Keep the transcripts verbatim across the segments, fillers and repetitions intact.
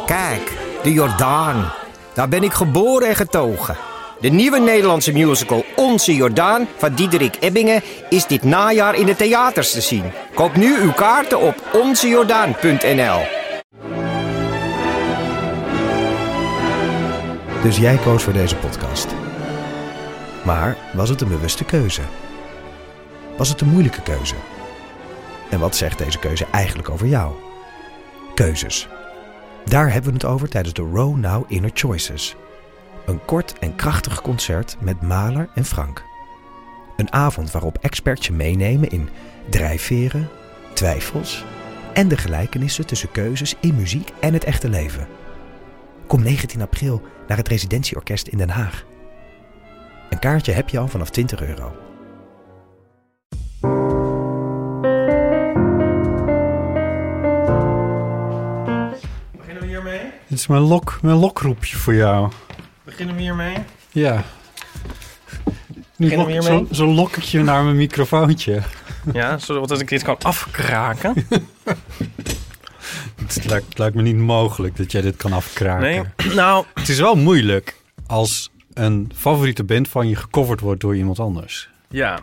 Kijk, de Jordaan. Daar ben ik geboren en getogen. De nieuwe Nederlandse musical Onze Jordaan van Diederik Ebbingen is dit najaar in de theaters te zien. Koop nu uw kaarten op onze jordaan punt n l. Dus jij koos voor deze podcast. Maar was het een bewuste keuze? Was het een moeilijke keuze? En wat zegt deze keuze eigenlijk over jou? Keuzes. Daar hebben we het over tijdens de Row Now Inner Choices. Een kort en krachtig concert met Mahler en Frank. Een avond waarop experts je meenemen in drijfveren, twijfels en de gelijkenissen tussen keuzes in muziek en het echte leven. Kom negentien april naar het Residentieorkest in Den Haag. Een kaartje heb je al vanaf twintig euro. Beginnen we hiermee? Dit is mijn, lok, mijn lokroepje voor jou. Beginnen we hiermee? Ja. Nu lok, hiermee? Zo'n zo lokketje naar mijn microfoontje. Ja, zodat ik dit kan afkraken. Het lijkt, het lijkt me niet mogelijk dat jij dit kan afkraken. Nee, nou... Het is wel moeilijk als een favoriete band van je gecoverd wordt door iemand anders. Ja.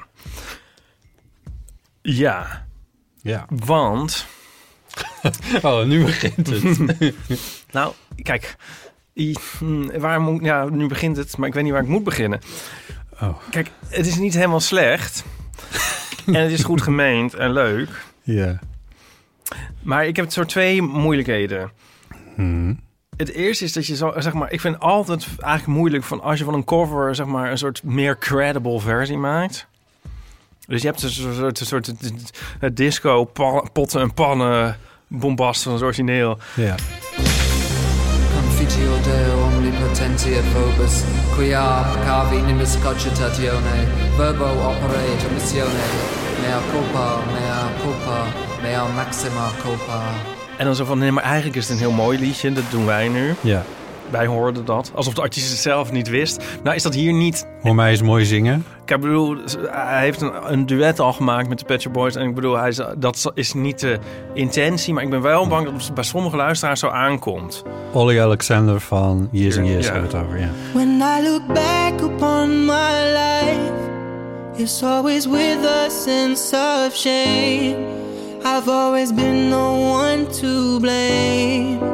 Ja. Ja. Want... Oh, nu begint het. Nou, kijk... I, waar moet, ja, nu begint het, maar ik weet niet waar ik moet beginnen. Oh. Kijk, het is niet helemaal slecht. En het is goed gemeend en leuk. Ja. Maar ik heb soort twee moeilijkheden. Hmm. Het eerste is dat je zo, zeg maar, ik vind altijd eigenlijk moeilijk van als je van een cover, zeg maar, een soort meer credible versie maakt. Dus je hebt een soort, een soort het disco, pan, potten en pannen, bombast van het origineel. Ja. Confitio Deo omnipotentia vobis, quia peccavi nimbus cogitatione, verbo opere missione, mea culpa, mea culpa, mea maxima culpa. En dan zo van, nee, maar eigenlijk is het een heel mooi liedje, dat doen wij nu. Ja. Wij hoorden dat, alsof de artiest het zelf niet wist. Nou is dat hier niet... Hoor mij eens mooi zingen. Ik bedoel, hij heeft een, een duet al gemaakt met de Pet Shop Boys. En ik bedoel, hij is, dat is niet de intentie. Maar ik ben wel bang dat het bij sommige luisteraars zo aankomt. Olly Alexander van Years and Years Ja. hebben het over, ja. When I look back upon my life, it's always with a sense of shame. I've always been the one to blame.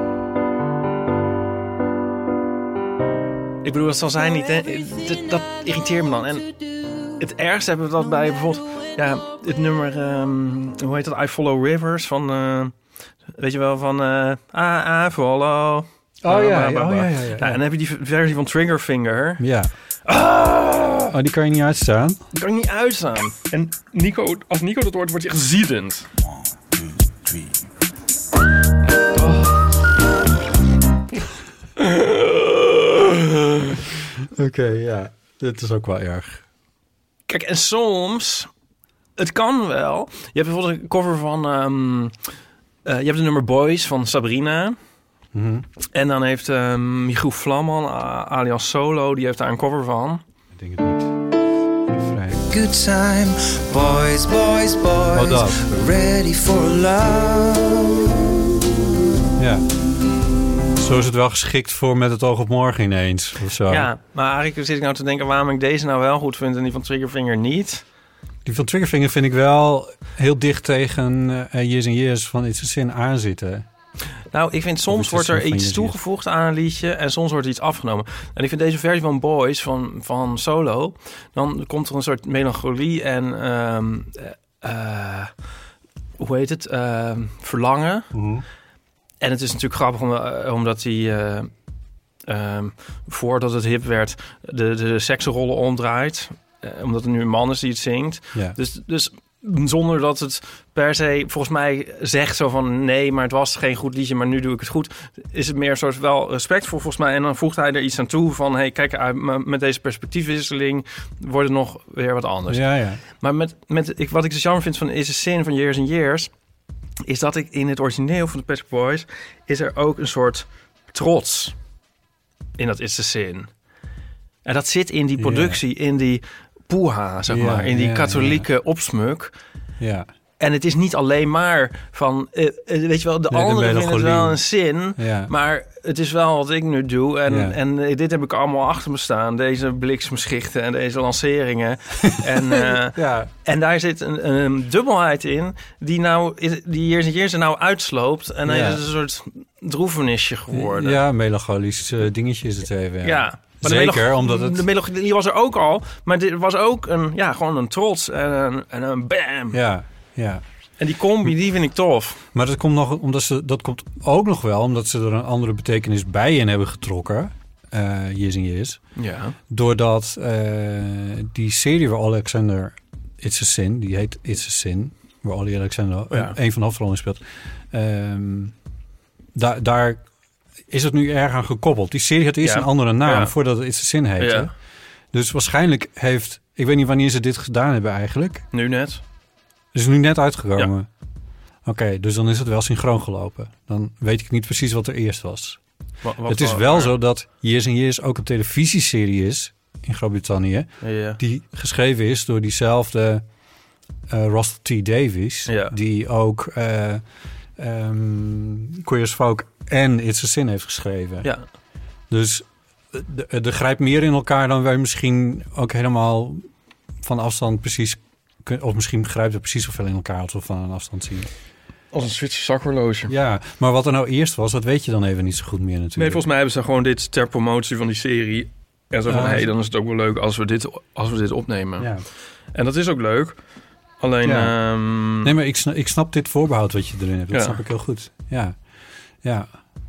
Ik bedoel, dat zal zijn niet, hè? Dat, dat irriteert me dan. En het ergste hebben we dat bij bijvoorbeeld... Ja, het nummer... Um, hoe heet dat? I Follow Rivers van... Uh, weet je wel, van... Uh, I, I Follow... Oh ja, Uh, ja, bah, bah, bah. oh, ja, ja, ja. Ja, en dan heb je die versie van Triggerfinger. Ja. Ah! Oh, die kan je niet uitstaan? Die kan ik niet uitstaan. En Nico, als Nico dat hoort, wordt hij echt ziedend. Oké, okay, ja. Dit is ook wel erg. Kijk, en soms... Het kan wel. Je hebt bijvoorbeeld een cover van... Um, uh, je hebt de nummer Boys van Sabrina. Mm-hmm. En dan heeft um, Michiel Vlamman, uh, alias Solo... die heeft daar een cover van. Ik denk het niet. Vrij. Good time, boys, boys, boys. Oh, dat. Ready for love. Ja. Zo is het wel geschikt voor Met het oog op morgen ineens. Of zo. Ja, maar eigenlijk zit ik nou te denken... waarom ik deze nou wel goed vind en die van Triggerfinger niet. Die van Triggerfinger vind ik wel heel dicht tegen uh, Years and Years van It's a Sin aanzitten. Nou, ik vind soms wordt er iets toegevoegd aan een liedje... en soms wordt er iets afgenomen. En ik vind deze versie van Boys, van, van Solo... dan komt er een soort melancholie en... Um, uh, hoe heet het? Uh, verlangen. Mm-hmm. En het is natuurlijk grappig om, omdat hij... Uh, um, voordat het hip werd... de, de seksenrollen omdraait... Uh, omdat het nu een man is die het zingt. Ja. Dus, dus zonder dat het per se volgens mij zegt zo van... nee, maar het was geen goed liedje, maar nu doe ik het goed. Is het meer een soort wel respectvol volgens mij. En dan voegt hij er iets aan toe van... hey, kijk, met deze perspectiefwisseling wordt het nog weer wat anders. Ja, ja. Maar met, met, ik, wat ik dus jammer vind van Is a Sin van Years and Years... is dat ik in het origineel van de Pet Shop Boys... is er ook een soort trots in dat Is a Sin. En dat zit in die productie, yeah. in die... poeha, zeg ja, maar, in die ja, katholieke ja. opsmuk. Ja. En het is niet alleen maar van, uh, weet je wel, de nee, anderen de vinden het wel een zin. Ja. Maar het is wel wat ik nu doe. En, Ja. en uh, dit heb ik allemaal achter me staan. Deze bliksemschichten en deze lanceringen. en, uh, ja. en daar zit een, een dubbelheid in die nou, die Years and Years er nou uitsloopt. En dan Ja. is het een soort droevenisje geworden. Ja, melancholisch uh, dingetje is het even. Ja. ja. Maar Zeker, de melanch- omdat het... De melancholie was er ook al. Maar dit was ook een, ja, gewoon een trots en een, en een bam. Ja, ja. En die combi, die vind ik tof. Maar dat komt, nog, omdat ze, dat komt ook nog wel omdat ze er een andere betekenis bij in hebben getrokken. Uh, Years and Years. Ja. Doordat uh, die serie waar Alexander It's a Sin, die heet It's a Sin, waar Olly Alexander oh ja. een van de hoofdrollen speelt. Um, daar, daar is het nu erg aan gekoppeld. Die serie had eerst ja. een andere naam ja. voordat het It's a Sin heette. Ja. Dus waarschijnlijk heeft, ik weet niet wanneer ze dit gedaan hebben eigenlijk. Nu net. Het is nu net uitgekomen. Ja. Oké, okay, dus dan is het wel synchroon gelopen. Dan weet ik niet precies wat er eerst was. Wat, wat het is wel maar... zo dat Years and Years ook een televisieserie is in Groot-Brittannië. Ja. Die geschreven is door diezelfde uh, Russell T. Davies. Ja. Die ook uh, um, Queer as Folk en It's a Sin heeft geschreven. Ja. Dus er grijpt meer in elkaar dan wij misschien ook helemaal van afstand precies... Of misschien grijpt het precies zoveel in elkaar als we van een afstand zien. Als een Zwitser zakhorloge. Ja, maar wat er nou eerst was, dat weet je dan even niet zo goed meer natuurlijk. Nee, volgens mij hebben ze gewoon dit ter promotie van die serie. En zo van, hé, ja, hey, dan is het ook wel leuk als we dit, als we dit opnemen. Ja. En dat is ook leuk. Alleen... Ja. Um... Nee, maar ik snap, ik snap dit voorbehoud wat je erin hebt. Dat ja. snap ik heel goed. Ja, ja.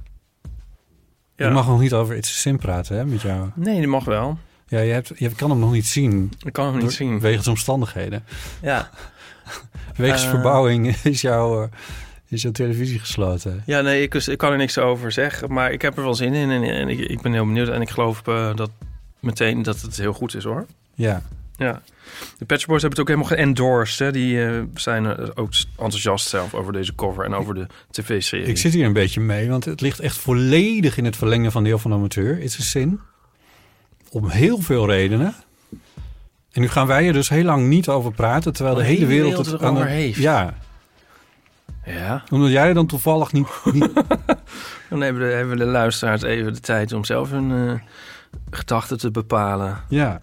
ja. Je mag nog niet over It's a Sin praten, hè, met jou. Nee, dat mag wel. Ja, je, hebt, je kan hem nog niet zien. Ik kan hem niet zien. Wegens omstandigheden. Ja. Wegens uh, verbouwing is, jouw, is jouw televisie gesloten. Ja, nee, ik, ik kan er niks over zeggen. Maar ik heb er wel zin in. En, en ik, ik ben heel benieuwd. En ik geloof uh, dat meteen dat het heel goed is, hoor. Ja. Ja. De Pet Shop Boys hebben het ook helemaal geëndorsed. Hè? Die uh, zijn uh, ook enthousiast zelf over deze cover en over de tv-serie. Ik zit hier een beetje mee, want het ligt echt volledig in het verlengen van Deel van de Amateur. It's a Sin. Om heel veel redenen. En nu gaan wij er dus heel lang niet over praten, terwijl de, de hele wereld, wereld het over heeft. Ja. Ja. Omdat jij er dan toevallig niet... niet... Dan hebben de, hebben de luisteraars even de tijd om zelf hun uh, gedachten te bepalen. Ja.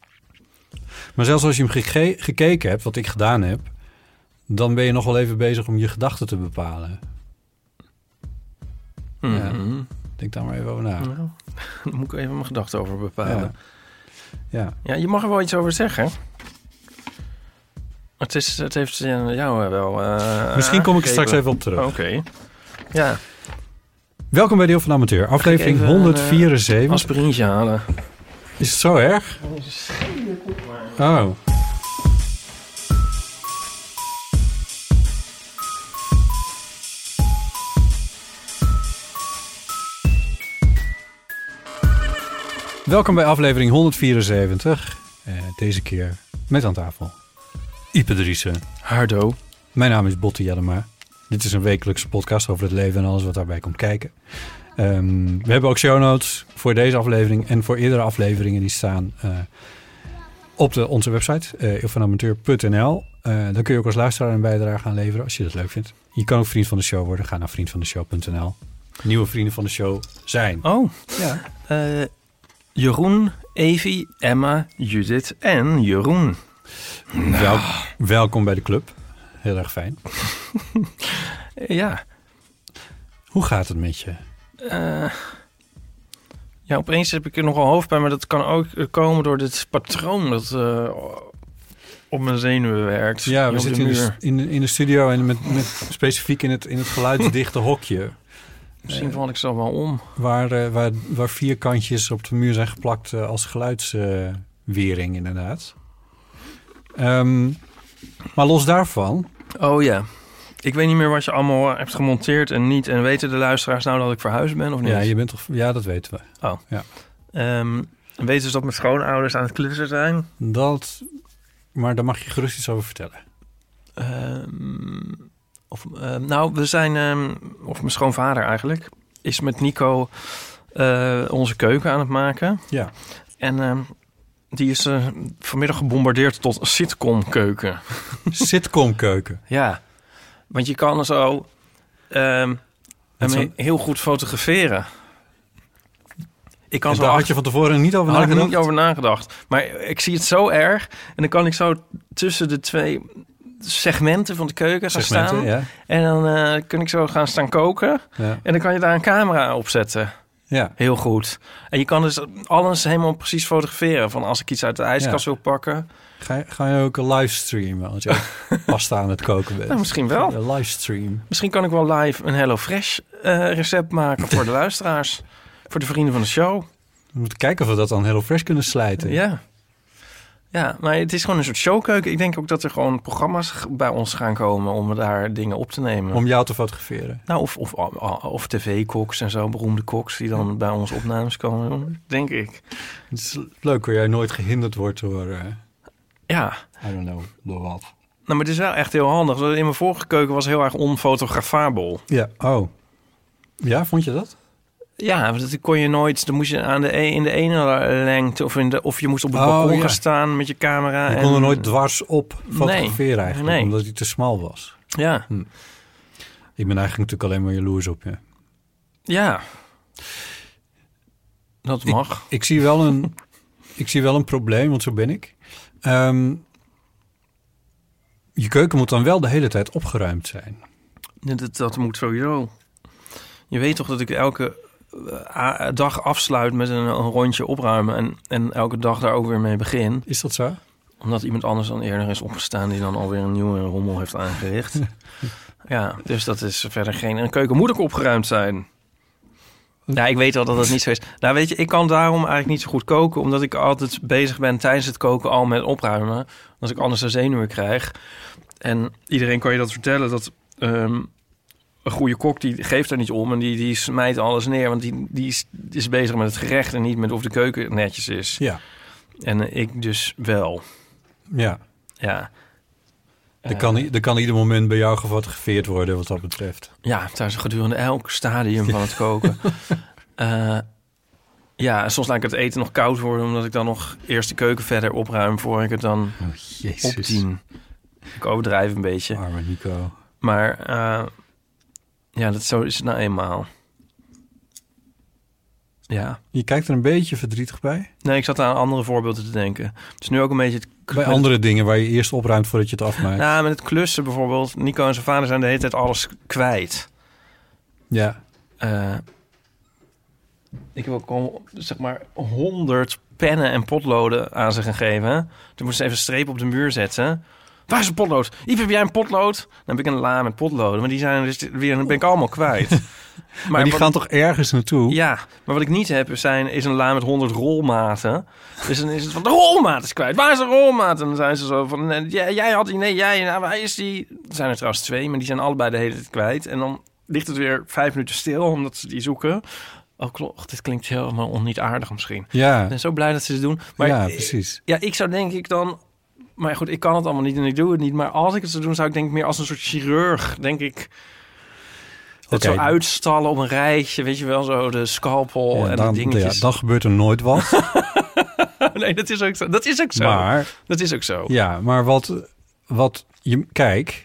Maar zelfs als je hem geke- gekeken hebt, wat ik gedaan heb, dan ben je nog wel even bezig om je gedachten te bepalen. Mm-hmm. Ja. Denk daar maar even over na. Nou, daar moet ik even mijn gedachten over bepalen. Ja. Ja. Ja, je mag er wel iets over zeggen. Het, is, het heeft jou wel... Uh, Misschien kom ik er straks even op terug. Oké. Okay. Ja. Welkom bij Deel van de Amateur. Aflevering even honderdvierenzeventig. Een aspirintje halen. Is het zo erg? Oh. Welkom bij aflevering honderdvierenzeventig. Uh, deze keer met aan tafel Ipe Driessen. Hardo. Mijn naam is Botte Jellema. Dit is een wekelijkse podcast over het leven en alles wat daarbij komt kijken. Um, we hebben ook show notes voor deze aflevering en voor eerdere afleveringen die staan uh, op de, onze website, uh, eeuwvanamateur punt n l. Uh, dan kun je ook als luisteraar een bijdrage aan leveren als je dat leuk vindt. Je kan ook vriend van de show worden. Ga naar vriendvandeshow punt n l. Nieuwe vrienden van de show zijn. Oh, ja. Uh, Jeroen, Evie, Emma, Judith en Jeroen. Nou. Wel, welkom bij de club. Heel erg fijn. Ja. Hoe gaat het met je? Uh, ja, opeens heb ik er nogal hoofdpijn, maar dat kan ook komen door dit patroon dat uh, op mijn zenuwen werkt. Ja, we zitten in de, in, de, in de studio en met, met specifiek in het, in het geluidsdichte hokje. Misschien val ik zo wel om. Waar, uh, waar, waar vier kantjes op de muur zijn geplakt uh, als geluidswering, uh, inderdaad. Um, maar los daarvan... Oh ja. Ik weet niet meer wat je allemaal hebt gemonteerd en niet. En weten de luisteraars nou dat ik verhuisd ben of niet? Ja, je bent toch, ja dat weten we. Oh. Ja. Um, weten ze dat mijn schoonouders aan het klussen zijn? Dat... Maar daar mag je gerust iets over vertellen. Um, of, uh, nou, we zijn... Um, of mijn schoonvader eigenlijk... is met Nico uh, onze keuken aan het maken. Ja. En... Um, die is uh, vanmiddag gebombardeerd tot sitcom-keuken. Sitcom-keuken? Ja, want je kan er zo um, zo... heel goed fotograferen. Ik kan en zo daar achter... had je van tevoren niet over had nagedacht? ik niet over nagedacht. Maar ik zie het zo erg. En dan kan ik zo tussen de twee segmenten van de keuken gaan segmenten, staan. Ja. En dan uh, kan ik zo gaan staan koken. Ja. En dan kan je daar een camera op zetten. Ja. Heel goed. En je kan dus alles helemaal precies fotograferen. Van als ik iets uit de ijskast ja. wil pakken. Ga je, ga je ook een livestreamen als je pasta aan het koken bent? Nou, misschien wel. Een livestream. Misschien kan ik wel live een HelloFresh uh, recept maken voor de luisteraars. Voor de vrienden van de show. We moeten kijken of we dat dan HelloFresh kunnen slijten. Ja. Ja, maar het is gewoon een soort showkeuken. Ik denk ook dat er gewoon programma's bij ons gaan komen om daar dingen op te nemen. Om jou te fotograferen? Nou, of, of, of, of tv-koks en zo, beroemde koks die dan bij ons opnames komen doen, denk ik. Het is leuk hoe jij nooit gehinderd wordt door... Uh, ja. I don't know, door wat. Nou, maar het is wel echt heel handig. In mijn vorige keuken was heel erg onfotografabel. Ja, oh. Ja, vond je dat? Ja, dat kon je nooit. Dan moest je aan de in de ene lengte of in de of je moest op het balkon oh, ja. gaan staan met je camera. Je en... kon er nooit dwars op fotograferen nee, eigenlijk, nee. omdat hij te smal was. Ja. Hm. Ik ben eigenlijk natuurlijk alleen maar jaloers op je. Ja. Dat mag. Ik, ik zie wel een, ik zie wel een probleem, want zo ben ik. Um, je keuken moet dan wel de hele tijd opgeruimd zijn. Ja, dat, dat moet sowieso. Je weet toch dat ik elke uh, dag afsluit met een, een rondje opruimen... En, en elke dag daar ook weer mee begin. Is dat zo? Omdat iemand anders dan eerder is opgestaan... die dan alweer een nieuwe rommel heeft aangericht. Ja, dus dat is verder geen... Een keuken moet ook opgeruimd zijn. Nou, ik weet wel dat dat niet zo is. Nou, weet je, ik kan daarom eigenlijk niet zo goed koken... omdat ik altijd bezig ben tijdens het koken al met opruimen. Als ik anders een zenuwen krijg. En iedereen kan je dat vertellen, dat... Um, een goede kok die geeft er niet om en die, die smijt alles neer. Want die, die, is, die is bezig met het gerecht en niet met of de keuken netjes is. Ja. En uh, ik dus wel. Ja. Ja. Er kan, er kan ieder moment bij jou gefotografeerd worden wat dat betreft. Ja, thuis gedurende elk stadium van het koken. uh, ja, soms laat ik het eten nog koud worden... omdat ik dan nog eerst de keuken verder opruim... voor ik het dan oh, opdien. Ik overdrijf een beetje. Arme Nico. Maar... Uh, ja, dat zo is het nou eenmaal. Ja. Je kijkt er een beetje verdrietig bij? Nee, ik zat aan andere voorbeelden te denken. Het is nu ook een beetje... Het, bij andere het, dingen waar je eerst opruimt voordat je het afmaakt. Nou, met het klussen bijvoorbeeld. Nico en zijn vader zijn de hele tijd alles kwijt. Ja. Uh, ik heb ook al, zeg maar, honderd pennen en potloden aan ze gegeven. Toen moesten ze even een streep op de muur zetten... Waar is een potlood? Yves, heb jij een potlood? Dan heb ik een la met potloden. Maar die zijn dus weer, dan ben ik allemaal kwijt. maar, maar die wat, gaan toch ergens naartoe? Ja, maar wat ik niet heb zijn, is een la met honderd rolmaten. Dus dan is het van, de rolmaat is kwijt. Waar is de rolmaat? En dan zijn ze zo van, jij, jij had die, nee, jij, nou, waar is die? Er zijn er trouwens twee, maar die zijn allebei de hele tijd kwijt. En dan ligt het weer vijf minuten stil, omdat ze die zoeken. Oh, klopt. Dit klinkt helemaal on, niet aardig misschien. Ja. Ik ben zo blij dat ze het doen. Maar, ja, precies. Ja, ik zou denk ik dan... Maar goed, ik kan het allemaal niet en ik doe het niet. Maar als ik het zou doen, zou ik denk ik meer als een soort chirurg, denk ik... Het okay. zo uitstallen op een rijtje, weet je wel, zo de scalpel ja, en dan, die dingetjes. Ja, dan gebeurt er nooit wat. Nee, dat is ook zo. Dat is ook zo. Maar, dat is ook zo. Ja, maar wat, wat je... Kijk...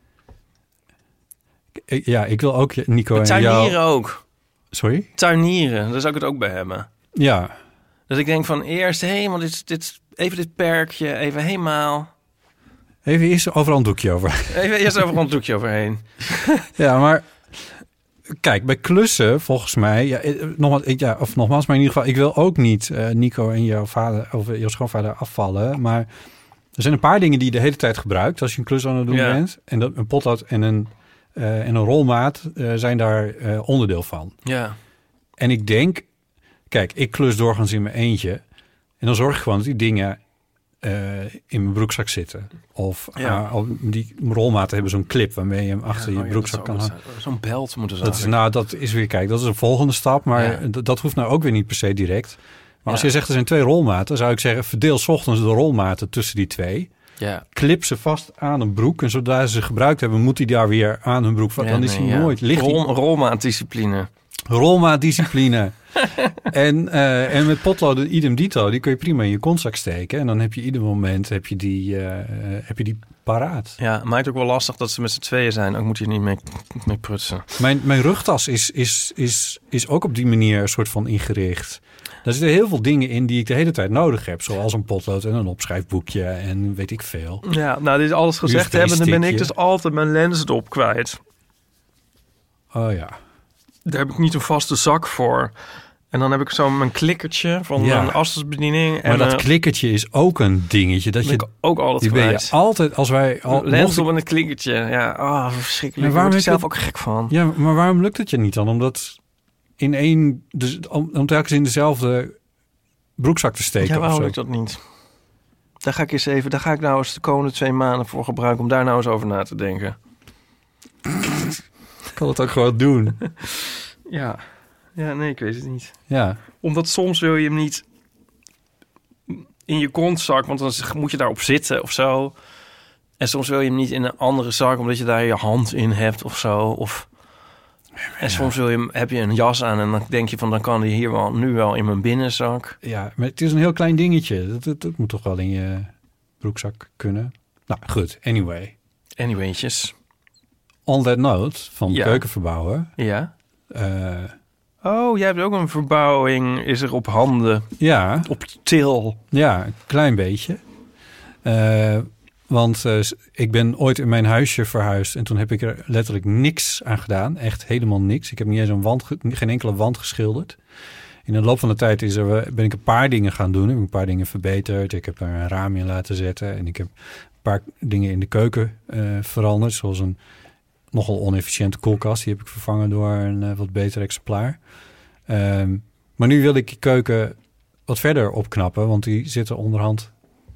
Ja, ik wil ook Nico en jou... Tuinieren ook. Sorry? Tuinieren, daar zou ik het ook bij hebben. Ja. Dus ik denk van eerst, hé, want dit, dit, even dit perkje, even helemaal... Even eerst overal een doekje over. Even eerst overal een doekje overheen. Ja, maar... Kijk, bij klussen, volgens mij... Ja, nogmaals, ik, ja, of nogmaals, maar in ieder geval... Ik wil ook niet uh, Nico en jouw vader of jouw schoonvader afvallen. Maar er zijn een paar dingen die je de hele tijd gebruikt... als je een klus aan het doen ja. bent. En dat, een potlood en een, uh, en een rolmaat uh, zijn daar uh, onderdeel van. Ja. En ik denk... Kijk, ik klus doorgaans in mijn eentje. En dan zorg ik gewoon dat die dingen uh, in mijn broekzak zitten. Of ja. uh, die rolmaten hebben zo'n clip waarmee je hem achter ja, je oh broekzak ja, kan hangen. Zo'n belt moeten ze dat is, Nou, dat is weer, kijk, dat is een volgende stap. Maar ja. d- dat hoeft nou ook weer niet per se direct. Maar ja. als je zegt er zijn twee rolmaten, zou ik zeggen, verdeel 's ochtends de rolmaten tussen die twee. Ja. Clip ze vast aan een broek. En zodra ze ze gebruikt hebben, moet hij daar weer aan hun broek. Ja, dan is nee, hij ja. nooit... Ligt Rol, rolmaatdiscipline. Rolma-discipline. en, uh, en met potloden idem dito, die kun je prima in je kontzak steken. En dan heb je ieder moment heb je die, uh, heb je die paraat. Ja, maakt ook wel lastig dat ze met z'n tweeën zijn. Ook moet je er niet mee, mee prutsen. Mijn, mijn rugtas is, is, is, is ook op die manier een soort van ingericht. Daar zitten heel veel dingen in die ik de hele tijd nodig heb. Zoals een potlood en een opschrijfboekje en weet ik veel. Ja, nou, dit alles gezegd hebben, dan ben ik dus altijd mijn lensdop kwijt. Oh ja. Daar heb ik niet een vaste zak voor. En dan heb ik zo mijn klikkertje van ja. een afstandsbediening. Maar en, dat uh, klikkertje is ook een dingetje. Dat je ik ook altijd die kwijt. ben je altijd, als wij... Al, lensdop en een klikkertje. Ja, oh, verschrikkelijk. Daar word ik zelf ook gek van. Ja, maar waarom lukt het je niet dan? Omdat in één... Dus, om, om telkens in dezelfde broekzak te steken. Ja, waarom of zo. lukt dat niet? Daar ga ik eens even... Daar ga ik nou eens de komende twee maanden voor gebruiken... om daar nou eens over na te denken. Ik kan het ook gewoon doen. Ja. Ja, nee, ik weet het niet. Ja. Omdat soms wil je hem niet in je kontzak, want dan moet je daarop zitten of zo. En soms wil je hem niet in een andere zak, omdat je daar je hand in hebt of zo. Of... En soms wil je hem, heb je een jas aan en dan denk je van, dan kan die hier wel, nu wel in mijn binnenzak. Ja, maar het is een heel klein dingetje. Dat, dat, dat moet toch wel in je broekzak kunnen. Nou, goed. Anyway. Anywaytjes. On that note, van ja. keukenverbouwen. Ja. Uh, oh, jij hebt ook een verbouwing, is er op handen. Ja. Op til. Ja, een klein beetje. Uh, want uh, ik ben ooit in mijn huisje verhuisd en toen heb ik er letterlijk niks aan gedaan. Echt helemaal niks. Ik heb niet eens een wand, geen enkele wand geschilderd. In de loop van de tijd is er, ben ik een paar dingen gaan doen. Ik heb een paar dingen verbeterd. Ik heb er een raam in laten zetten. En ik heb een paar dingen in de keuken uh, veranderd. Zoals een nogal onefficiënte koelkast. Die heb ik vervangen door een uh, wat beter exemplaar. Um, maar nu wil ik die keuken wat verder opknappen. Want die zitten onderhand...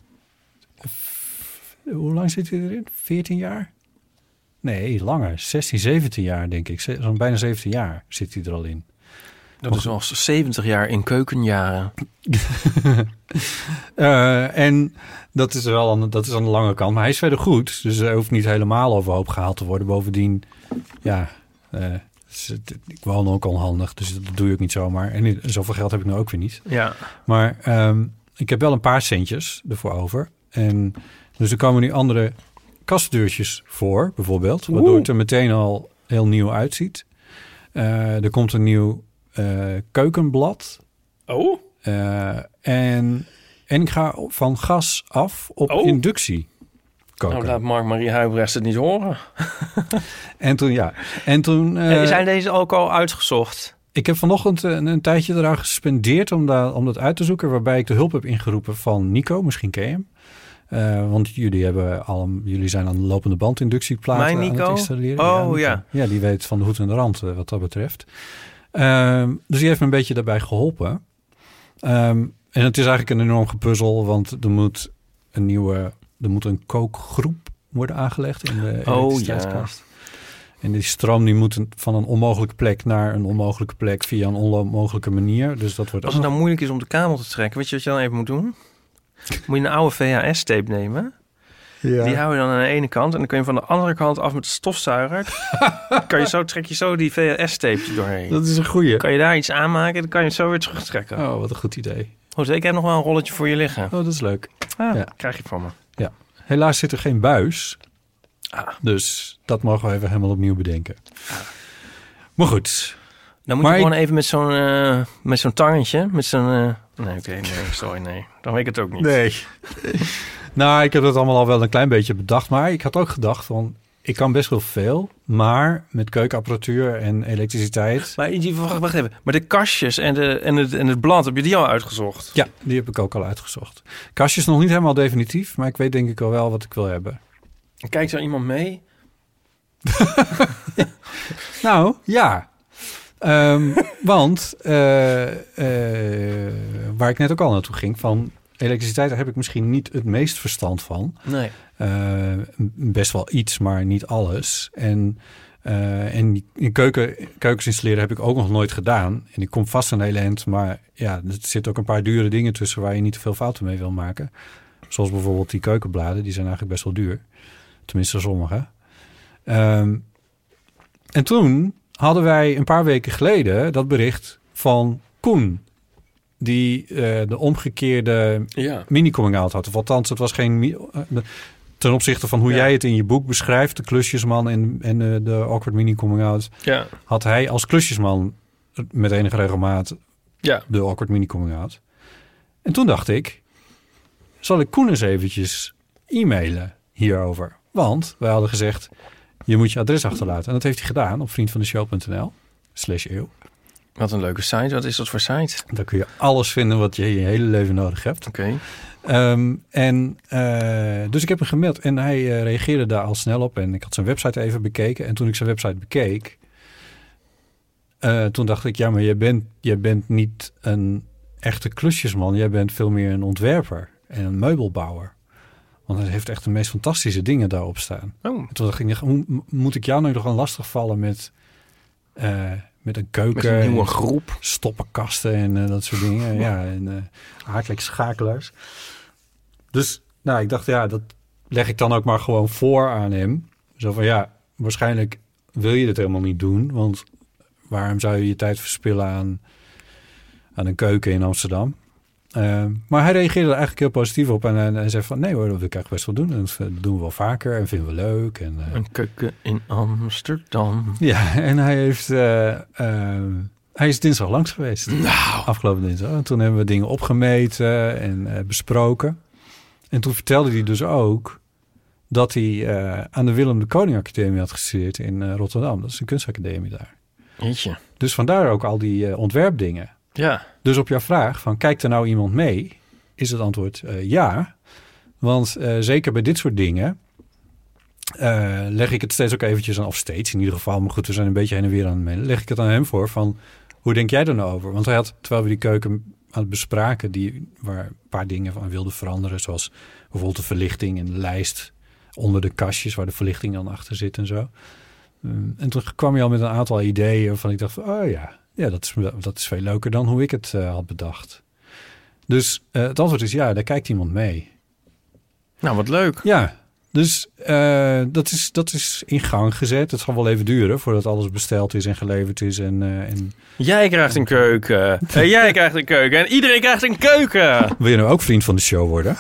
Hoe lang zit hij erin? veertien jaar? Nee, langer. zestien, zeventien jaar denk ik. Zo'n bijna zeventien jaar zit hij er al in. Dat Nog... is al zeventig jaar in keukenjaren. uh, en dat is wel aan, dat is aan de lange kant. Maar hij is verder goed. Dus hij hoeft niet helemaal overhoop gehaald te worden. Bovendien, ja... Uh, ik woon ook onhandig, dus dat doe je ook niet zomaar. En zoveel geld heb ik nou ook weer niet. Ja. Maar um, ik heb wel een paar centjes ervoor over. En dus er komen nu andere kastdeurtjes voor, bijvoorbeeld. Waardoor Oeh. het er meteen al heel nieuw uitziet. Uh, er komt een nieuw uh, keukenblad. Oh. Uh, en, en ik ga van gas af op oh. inductie koken. Nou, laat Mark-Marie Huibrechts het niet horen. en toen, ja. En toen... Uh, zijn deze ook al uitgezocht? Ik heb vanochtend een, een tijdje eraan gespendeerd om, da, om dat uit te zoeken, waarbij ik de hulp heb ingeroepen van Nico, misschien ken je hem. Uh, want jullie, hebben al, jullie zijn aan de lopende band inductieplaten Mijn Nico? aan het installeren. Oh ja, ja. Ja, die weet van de hoed en de rand uh, wat dat betreft. Um, dus die heeft me een beetje daarbij geholpen. Um, en het is eigenlijk een enorm gepuzzel, want er moet een nieuwe... Er moet een kookgroep worden aangelegd in de elektriciteitskast. Oh, ja. En die stroom die moet van een onmogelijke plek naar een onmogelijke plek via een onmogelijke manier. Dus dat wordt Als het nou moeilijk is om de kabel te trekken, weet je wat je dan even moet doen? Moet je een oude V H S-tape nemen. Ja. Die hou je dan aan de ene kant en dan kun je van de andere kant af met de stofzuiger. kan je zo, trek je zo die V H S-tape doorheen. Dat is een goeie. Kan je daar iets aanmaken, dan kan je het zo weer terugtrekken. Oh, wat een goed idee. Oh, ik heb nog wel een rolletje voor je liggen. Oh, dat is leuk. Ah, ja. Krijg je van me. Ja. Helaas zit er geen buis. Ah. Dus dat mogen we even helemaal opnieuw bedenken. Ah. Maar goed. Dan moet maar je gewoon ik... even met zo'n, uh, met zo'n tangetje. Met zo'n... Uh... Nee, oké. Okay, nee, sorry, nee. Dan weet ik het ook niet. Nee. Nou, ik heb dat allemaal al wel een klein beetje bedacht. Maar ik had ook gedacht van... Ik kan best wel veel, maar met keukenapparatuur en elektriciteit... Maar die, wacht, wacht even. Maar de kastjes en, de, en, het, en het blad, heb je die al uitgezocht? Ja, die heb ik ook al uitgezocht. Kastjes nog niet helemaal definitief, maar ik weet denk ik al wel wat ik wil hebben. Kijkt er iemand mee? Nou, ja. Um, want uh, uh, waar ik net ook al naartoe ging, van elektriciteit daar heb ik misschien niet het meest verstand van. Nee. Uh, best wel iets, maar niet alles. En, uh, en die keuken, keukens installeren heb ik ook nog nooit gedaan. En die komt vast een hele eind, maar ja, er zitten ook een paar dure dingen tussen waar je niet te veel fouten mee wil maken. Zoals bijvoorbeeld die keukenbladen, die zijn eigenlijk best wel duur. Tenminste sommige. Um, en toen hadden wij een paar weken geleden dat bericht van Koen, die uh, de omgekeerde ja. mini-coming-out had. Of althans, het was geen... Uh, ten opzichte van hoe ja. jij het in je boek beschrijft, de klusjesman en, en uh, de awkward mini-coming-out, ja. had hij als klusjesman met enige regelmaat ja. de awkward mini-coming-out. En toen dacht ik, zal ik Koen eens eventjes e-mailen hierover? Want wij hadden gezegd, je moet je adres achterlaten. En dat heeft hij gedaan op vriendvandeshow.nl slash eeuw. Wat een leuke site. Wat is dat voor site? Daar kun je alles vinden wat je in je hele leven nodig hebt. Oké. Okay. Um, en uh, dus ik heb hem gemaild en hij uh, reageerde daar al snel op. En ik had zijn website even bekeken. En toen ik zijn website bekeek, uh, toen dacht ik, ja, maar jij bent, jij bent niet een echte klusjesman. Jij bent veel meer een ontwerper en een meubelbouwer. Want hij heeft echt de meest fantastische dingen daarop staan. Oh. En toen dacht ik, hoe moet ik jou nou nog aan lastig vallen met, uh, met een keuken? Met een nieuwe groep. Stoppenkasten en uh, dat soort dingen. Ja, en uh, haakelijk schakelaars. Dus nou, ik dacht, ja, dat leg ik dan ook maar gewoon voor aan hem. Zo van, ja, waarschijnlijk wil je dit helemaal niet doen. Want waarom zou je je tijd verspillen aan, aan een keuken in Amsterdam? Uh, maar hij reageerde er eigenlijk heel positief op. En hij zei van, nee hoor, dat wil ik eigenlijk best wel doen. En dat doen we wel vaker en vinden we leuk. En, uh, een keuken in Amsterdam. Ja, en hij heeft... Uh, uh, hij is dinsdag langs geweest. Nou. Afgelopen dinsdag. En toen hebben we dingen opgemeten en uh, besproken. En toen vertelde hij dus ook dat hij uh, aan de Willem de Koning Academie had gestudeerd in uh, Rotterdam. Dat is een kunstacademie daar. Jeetje. Dus vandaar ook al die uh, ontwerpdingen. Ja. Dus op jouw vraag van, kijkt er nou iemand mee? Is het antwoord uh, ja. Want uh, zeker bij dit soort dingen uh, leg ik het steeds ook eventjes aan, of steeds in ieder geval, maar goed, we zijn een beetje heen en weer aan het mailen, leg ik het aan hem voor van, hoe denk jij er nou over? Want hij had, terwijl we die keuken aan het bespraken, die, waar een paar dingen van wilde veranderen, zoals bijvoorbeeld de verlichting en de lijst onder de kastjes, waar de verlichting dan achter zit en zo. Um, en toen kwam hij al met een aantal ideeën waarvan ik dacht van, oh ja, ja, dat is, dat is veel leuker dan hoe ik het uh, had bedacht. Dus uh, het antwoord is ja, daar kijkt iemand mee. Nou, wat leuk. Ja, dus uh, dat, is, dat is in gang gezet. Het zal wel even duren voordat alles besteld is en geleverd is. En, uh, en... Jij krijgt een keuken. En jij krijgt een keuken. En iedereen krijgt een keuken. Wil je nou ook vriend van de show worden?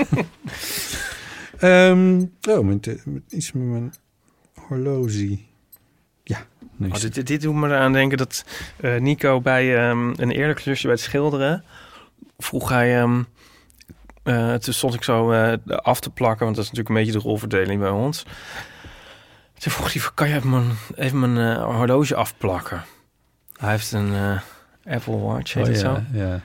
um, oh, met, met, iets met mijn horlogie. Ja. Oh, dit, dit doet me eraan denken dat uh, Nico bij um, een eerlijk klusje bij het schilderen vroeg hij... Um, uh, toen stond ik zo uh, af te plakken, want dat is natuurlijk een beetje de rolverdeling bij ons. Toen vroeg hij, kan je even mijn, even mijn uh, horloge afplakken? Hij heeft een uh, Apple Watch, heet oh, het ja, zo? Ja.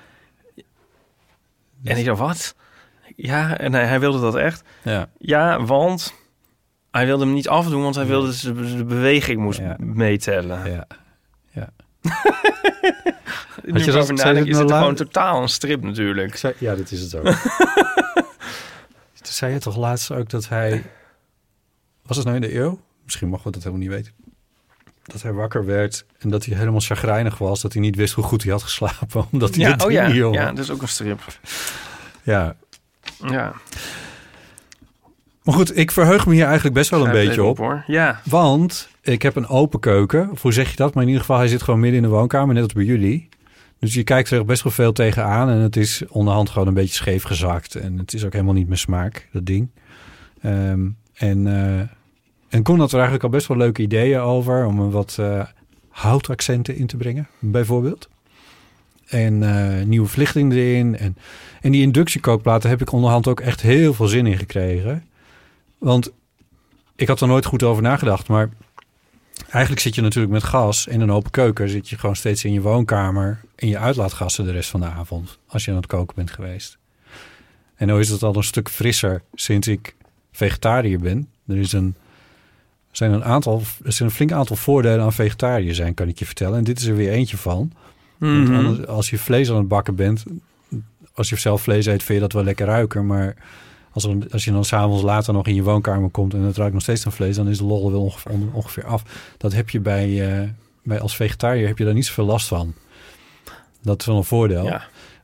En ik dacht, wat? Ja, en hij, hij wilde dat echt. Ja, ja, want... Hij wilde hem niet afdoen, want hij wilde dus de, de beweging moest ja. meetellen. Ja, ja. Nu je dat, over nadenken, is het gewoon totaal een strip natuurlijk. Zei, ja, dat is het ook. Toen zei je toch laatst ook dat hij... Was het nou in de eeuw? Misschien mogen we dat helemaal niet weten. Dat hij wakker werd en dat hij helemaal chagrijnig was. Dat hij niet wist hoe goed hij had geslapen. Omdat hij ja, het oh ja, niet ja, dat is ook een strip. Ja. Ja. Maar goed, ik verheug me hier eigenlijk best wel een Schrijf beetje op. op hoor. Ja. Want ik heb een open keuken. Of hoe zeg je dat? Maar in ieder geval, hij zit gewoon midden in de woonkamer, net als bij jullie. Dus je kijkt er best wel veel tegenaan. En het is onderhand gewoon een beetje scheef gezakt. En het is ook helemaal niet mijn smaak, dat ding. Um, en, uh, en Koen had er eigenlijk al best wel leuke ideeën over. Om er wat uh, houtaccenten in te brengen, bijvoorbeeld. En uh, nieuwe verlichting erin. En, en die inductiekookplaten heb ik onderhand ook echt heel veel zin in gekregen. Want ik had er nooit goed over nagedacht, maar eigenlijk zit je natuurlijk met gas in een open keuken. Zit je gewoon steeds in je woonkamer in je uitlaatgassen de rest van de avond. Als je aan het koken bent geweest. En nu is het al een stuk frisser sinds ik vegetariër ben. Er is een, er zijn een aantal, er zijn een flink aantal voordelen aan vegetariër zijn, kan ik je vertellen. En dit is er weer eentje van. Mm-hmm. Want anders, als je vlees aan het bakken bent, als je zelf vlees eet, vind je dat wel lekker ruiken, maar Als, er, als je dan s'avonds later nog in je woonkamer komt en het ruikt nog steeds naar vlees, dan is de lol wel ongeveer, ongeveer af. Dat heb je bij, uh, bij als vegetariër heb je daar niet zoveel last van. Dat is wel een voordeel. Ja.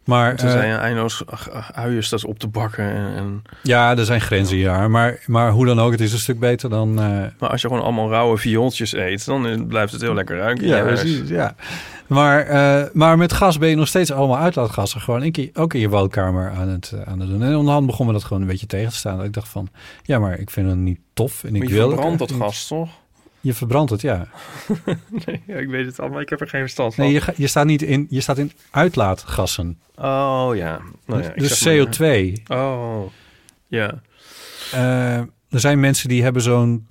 Maar er zijn uh, eindeloos uien staat op te bakken. En, en... Ja, er zijn grenzen hier. Maar, maar hoe dan ook, het is een stuk beter dan... Uh... Maar als je gewoon allemaal rauwe viooltjes eet, dan blijft het heel lekker ruiken. Ja, precies. Ja. Maar, uh, maar met gas ben je nog steeds allemaal uitlaatgassen. Gewoon een keer, ook in je woonkamer aan het, uh, aan het doen. En onderhand begon me dat gewoon een beetje tegen te staan. Dat ik dacht van, ja, maar ik vind het niet tof. En maar ik je wil verbrandt dat niet. gas, toch? Je verbrandt het, ja. Nee, ja, ik weet het al, maar ik heb er geen verstand van. Nee, je, je staat niet in, je staat in uitlaatgassen. Oh, ja. Nou, ja dus C O twee. Maar. Oh, ja. Uh, er zijn mensen die hebben zo'n,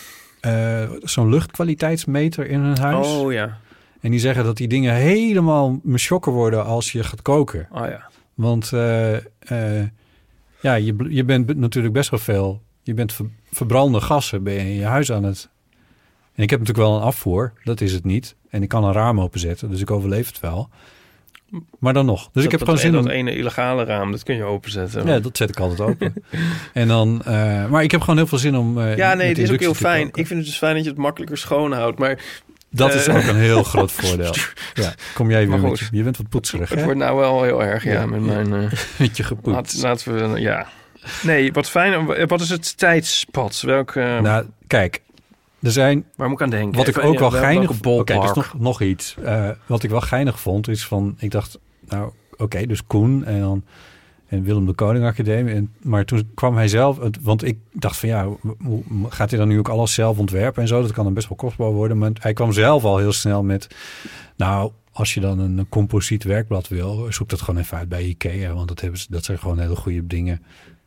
uh, zo'n luchtkwaliteitsmeter in hun huis. Oh, ja. En die zeggen dat die dingen helemaal meschokken worden als je gaat koken. Oh, ja. Want uh, uh, ja, je, je bent natuurlijk best wel veel... Je bent ver, verbrande gassen ben je in je huis aan het... En ik heb natuurlijk wel een afvoer, dat is het niet. En ik kan een raam openzetten, dus ik overleef het wel. Maar dan nog. Dus dat, ik heb dat gewoon zin om... Dat ene illegale raam, dat kun je openzetten. Ja, dat zet ik altijd open. En dan, uh, maar ik heb gewoon heel veel zin om... Uh, ja, nee, het is ook heel fijn. Koken. Ik vind het dus fijn dat je het makkelijker schoonhoudt, maar... Dat uh, is ook een heel groot voordeel. Ja, kom jij weer met je... Je bent wat poetserig, Het hè? wordt nou wel heel erg, ja, ja met ja. mijn... Uh, met je gepoetst. Laat, laten we, ja... Nee, wat fijn. Wat is het tijdspad? Welke... Uh, nou, kijk... Er zijn... Waar moet ik aan denken? Wat ik Even, ook wel wel, geinig... Oké, okay, dus nog, nog iets. Uh, wat ik wel geinig vond, is van... Ik dacht, nou, oké, okay, dus Koen en dan... En Willem de Koning Academie. En, maar toen kwam hij zelf... Want ik dacht van ja, hoe, gaat hij dan nu ook alles zelf ontwerpen en zo? Dat kan dan best wel kostbaar worden. Maar hij kwam zelf al heel snel met... Nou, als je dan een, een composiet werkblad wil... zoek dat gewoon even uit bij IKEA. Want dat, hebben ze, dat zijn gewoon hele goede dingen...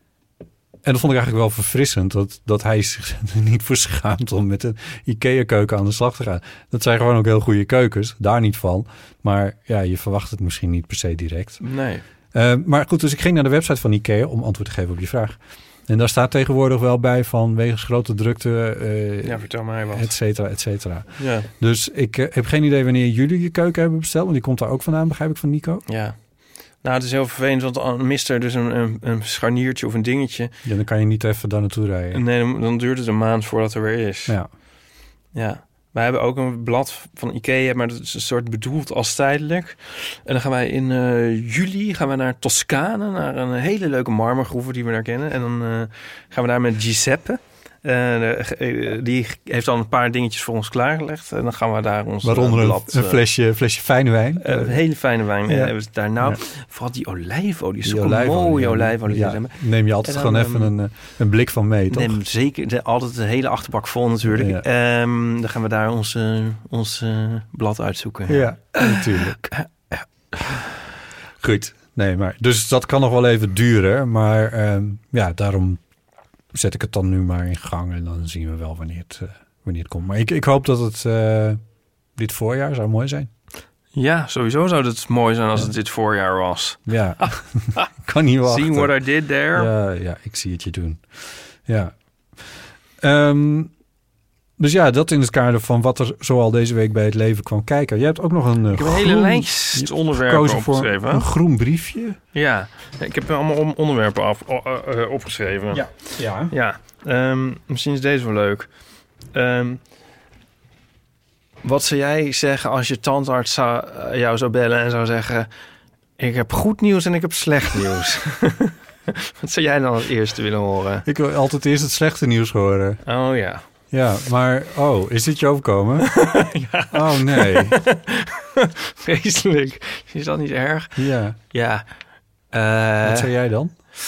En dat vond ik eigenlijk wel verfrissend, dat, dat hij zich er niet voor schaamt om met een IKEA-keuken aan de slag te gaan. Dat zijn gewoon ook heel goede keukens, daar niet van. Maar ja, je verwacht het misschien niet per se direct. Nee. Uh, maar goed, dus ik ging naar de website van IKEA om antwoord te geven op je vraag. En daar staat tegenwoordig wel bij van wegens grote drukte, uh, ja, vertel mij wat. et cetera, et cetera. Ja. Dus ik uh, heb geen idee wanneer jullie je keuken hebben besteld, want die komt daar ook vandaan, begrijp ik van Nico. Ja. Nou, het is heel vervelend, want dan mist er dus een, een, een scharniertje of een dingetje. Ja, dan kan je niet even daar naartoe rijden. Nee, dan, dan duurt het een maand voordat er weer is. Ja. Ja. Wij hebben ook een blad van IKEA, maar dat is een soort bedoeld als tijdelijk. En dan gaan wij in uh, juli gaan we naar Toscane, naar een hele leuke marmergroeve die we daar kennen. En dan uh, gaan we daar met Giuseppe. Uh, die heeft dan een paar dingetjes voor ons klaargelegd. En dan gaan we daar ons Waaronder uh, blad... een flesje, flesje fijne wijn. Uh, een hele fijne wijn. Ja. Uh, hebben we daar nou... Ja. Vooral die olijfolie. Die is ook een mooie olijfolie. Ja. Neem je altijd dan, gewoon even um, een, een blik van mee, toch? Neem zeker. De, altijd een hele achterbak vol natuurlijk. Ja. Um, dan gaan we daar ons, uh, ons uh, blad uitzoeken. Ja, natuurlijk. Goed. Nee, maar... Dus dat kan nog wel even duren. Maar um, ja, daarom... zet ik het dan nu maar in gang en dan zien we wel wanneer het, uh, wanneer het komt. Maar ik, ik hoop dat het uh, dit voorjaar zou mooi zijn. Ja, sowieso zou het mooi zijn als ja. het dit voorjaar was. Ja, kan niet wachten. See what I did there? Ja, ja, ik zie het je doen. Ja. Um, dus ja, dat in het kader van wat er zoal deze week bij het leven kwam kijken. Je hebt ook nog een, uh, ik heb een groen, hele lijst onderwerpen opgeschreven. Een groen briefje. Ja, ik heb allemaal onderwerpen af, uh, uh, opgeschreven. Ja. Ja. ja. Um, misschien is deze wel leuk. Um, wat zou jij zeggen als je tandarts zou, uh, jou zou bellen en zou zeggen... ik heb goed nieuws en ik heb slecht nieuws. Wat zou jij dan als eerste willen horen? Ik wil altijd eerst het slechte nieuws horen. Oh ja. Ja, maar... Oh, is dit je overkomen? Ja. Oh, nee. Vreselijk. Is dat niet erg? Ja. Ja. Uh, Wat zei jij dan?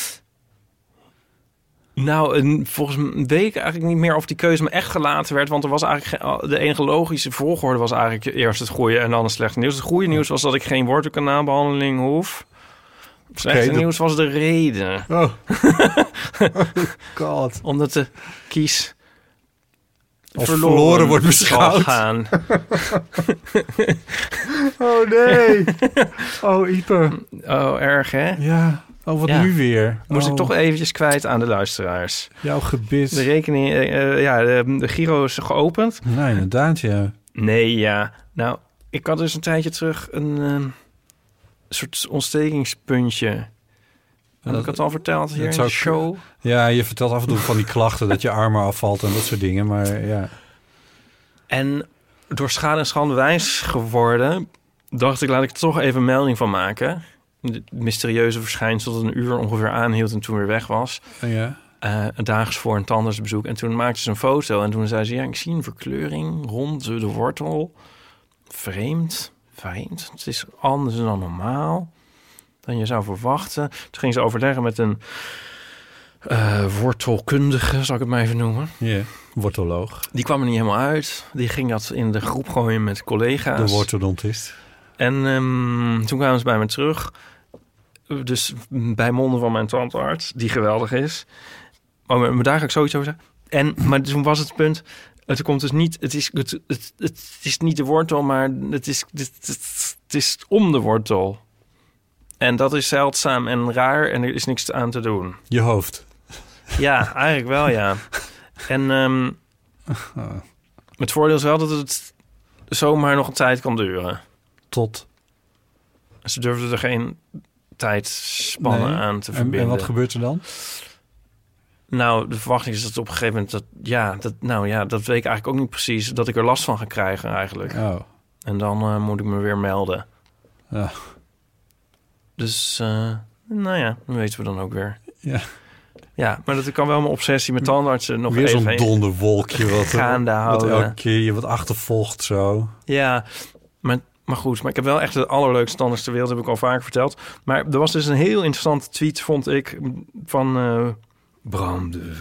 Nou, een, volgens mij weet ik eigenlijk niet meer of die keuze me echt gelaten werd. Want er was eigenlijk geen, de enige logische volgorde was eigenlijk eerst het goede en dan het slechte nieuws. Het goede nieuws was dat ik geen wortelkanaalbehandeling hoef. Het slechte okay, nieuws dat... was de reden. Oh. Oh god. Omdat de kies... Als verloren, verloren wordt beschouwd. Gaan. Oh nee. Oh, Ipe. Oh, erg hè? Ja. Oh, wat ja. nu weer? Moest oh. ik toch eventjes kwijt aan de luisteraars. Jouw gebit. De rekening, uh, ja, de, de Giro is geopend. Nee, inderdaad, ja. Nee, ja. Nou, ik had dus een tijdje terug een um, soort ontstekingspuntje. Heb dat, ik het al verteld hier in de show? Ja, je vertelt af en toe van die klachten dat je armen afvalt en dat soort dingen, maar ja. En door schade en schande wijs geworden, dacht ik, laat ik er toch even melding van maken. het mysterieuze verschijnsel dat een uur ongeveer aanhield en toen weer weg was. Ja. Uh, daags voor een tandartsbezoek. En toen maakte ze een foto en toen zei ze... ja, ik zie een verkleuring rond de wortel. Vreemd, vreemd. Het is anders dan normaal dan je zou verwachten. Toen ging ze overleggen met een uh, wortelkundige, zal ik het maar even noemen. Ja, yeah, wortoloog. Die kwam er niet helemaal uit. Die ging dat in de groep gooien met collega's. De wortodontist. En um, toen kwamen ze bij me terug. Dus bij monden van mijn tandarts, die geweldig is. Maar, maar daar ga ik zoiets over zeggen. En, maar toen was het punt... Het komt dus niet... Het is, het, het, het is niet de wortel, maar het is, het, het, het is om de wortel. En dat is zeldzaam en raar en er is niks aan te doen. Je hoofd. Ja, eigenlijk wel, ja. En um, het voordeel is wel dat het zomaar nog een tijd kan duren. Tot? Ze durfden er geen tijdspannen nee. aan te verbinden. En, en wat gebeurt er dan? Nou, de verwachting is dat op een gegeven moment... Dat, ja, dat, nou ja, dat weet ik eigenlijk ook niet precies. Dat ik er last van ga krijgen eigenlijk. Oh. En dan uh, moet ik me weer melden. Ja. Dus, uh, nou ja, dat weten we dan ook weer. Ja. Ja, maar dat kan wel mijn obsessie met tandartsen nog weer even... Weer zo'n donderwolkje wat, gaande houden. Wat elke keer je wat achtervolgt zo. Ja, maar... Maar goed, maar ik heb wel echt de allerleukste tandarts ter wereld, heb ik al vaak verteld. Maar er was dus een heel interessante tweet, vond ik, van uh, Bram de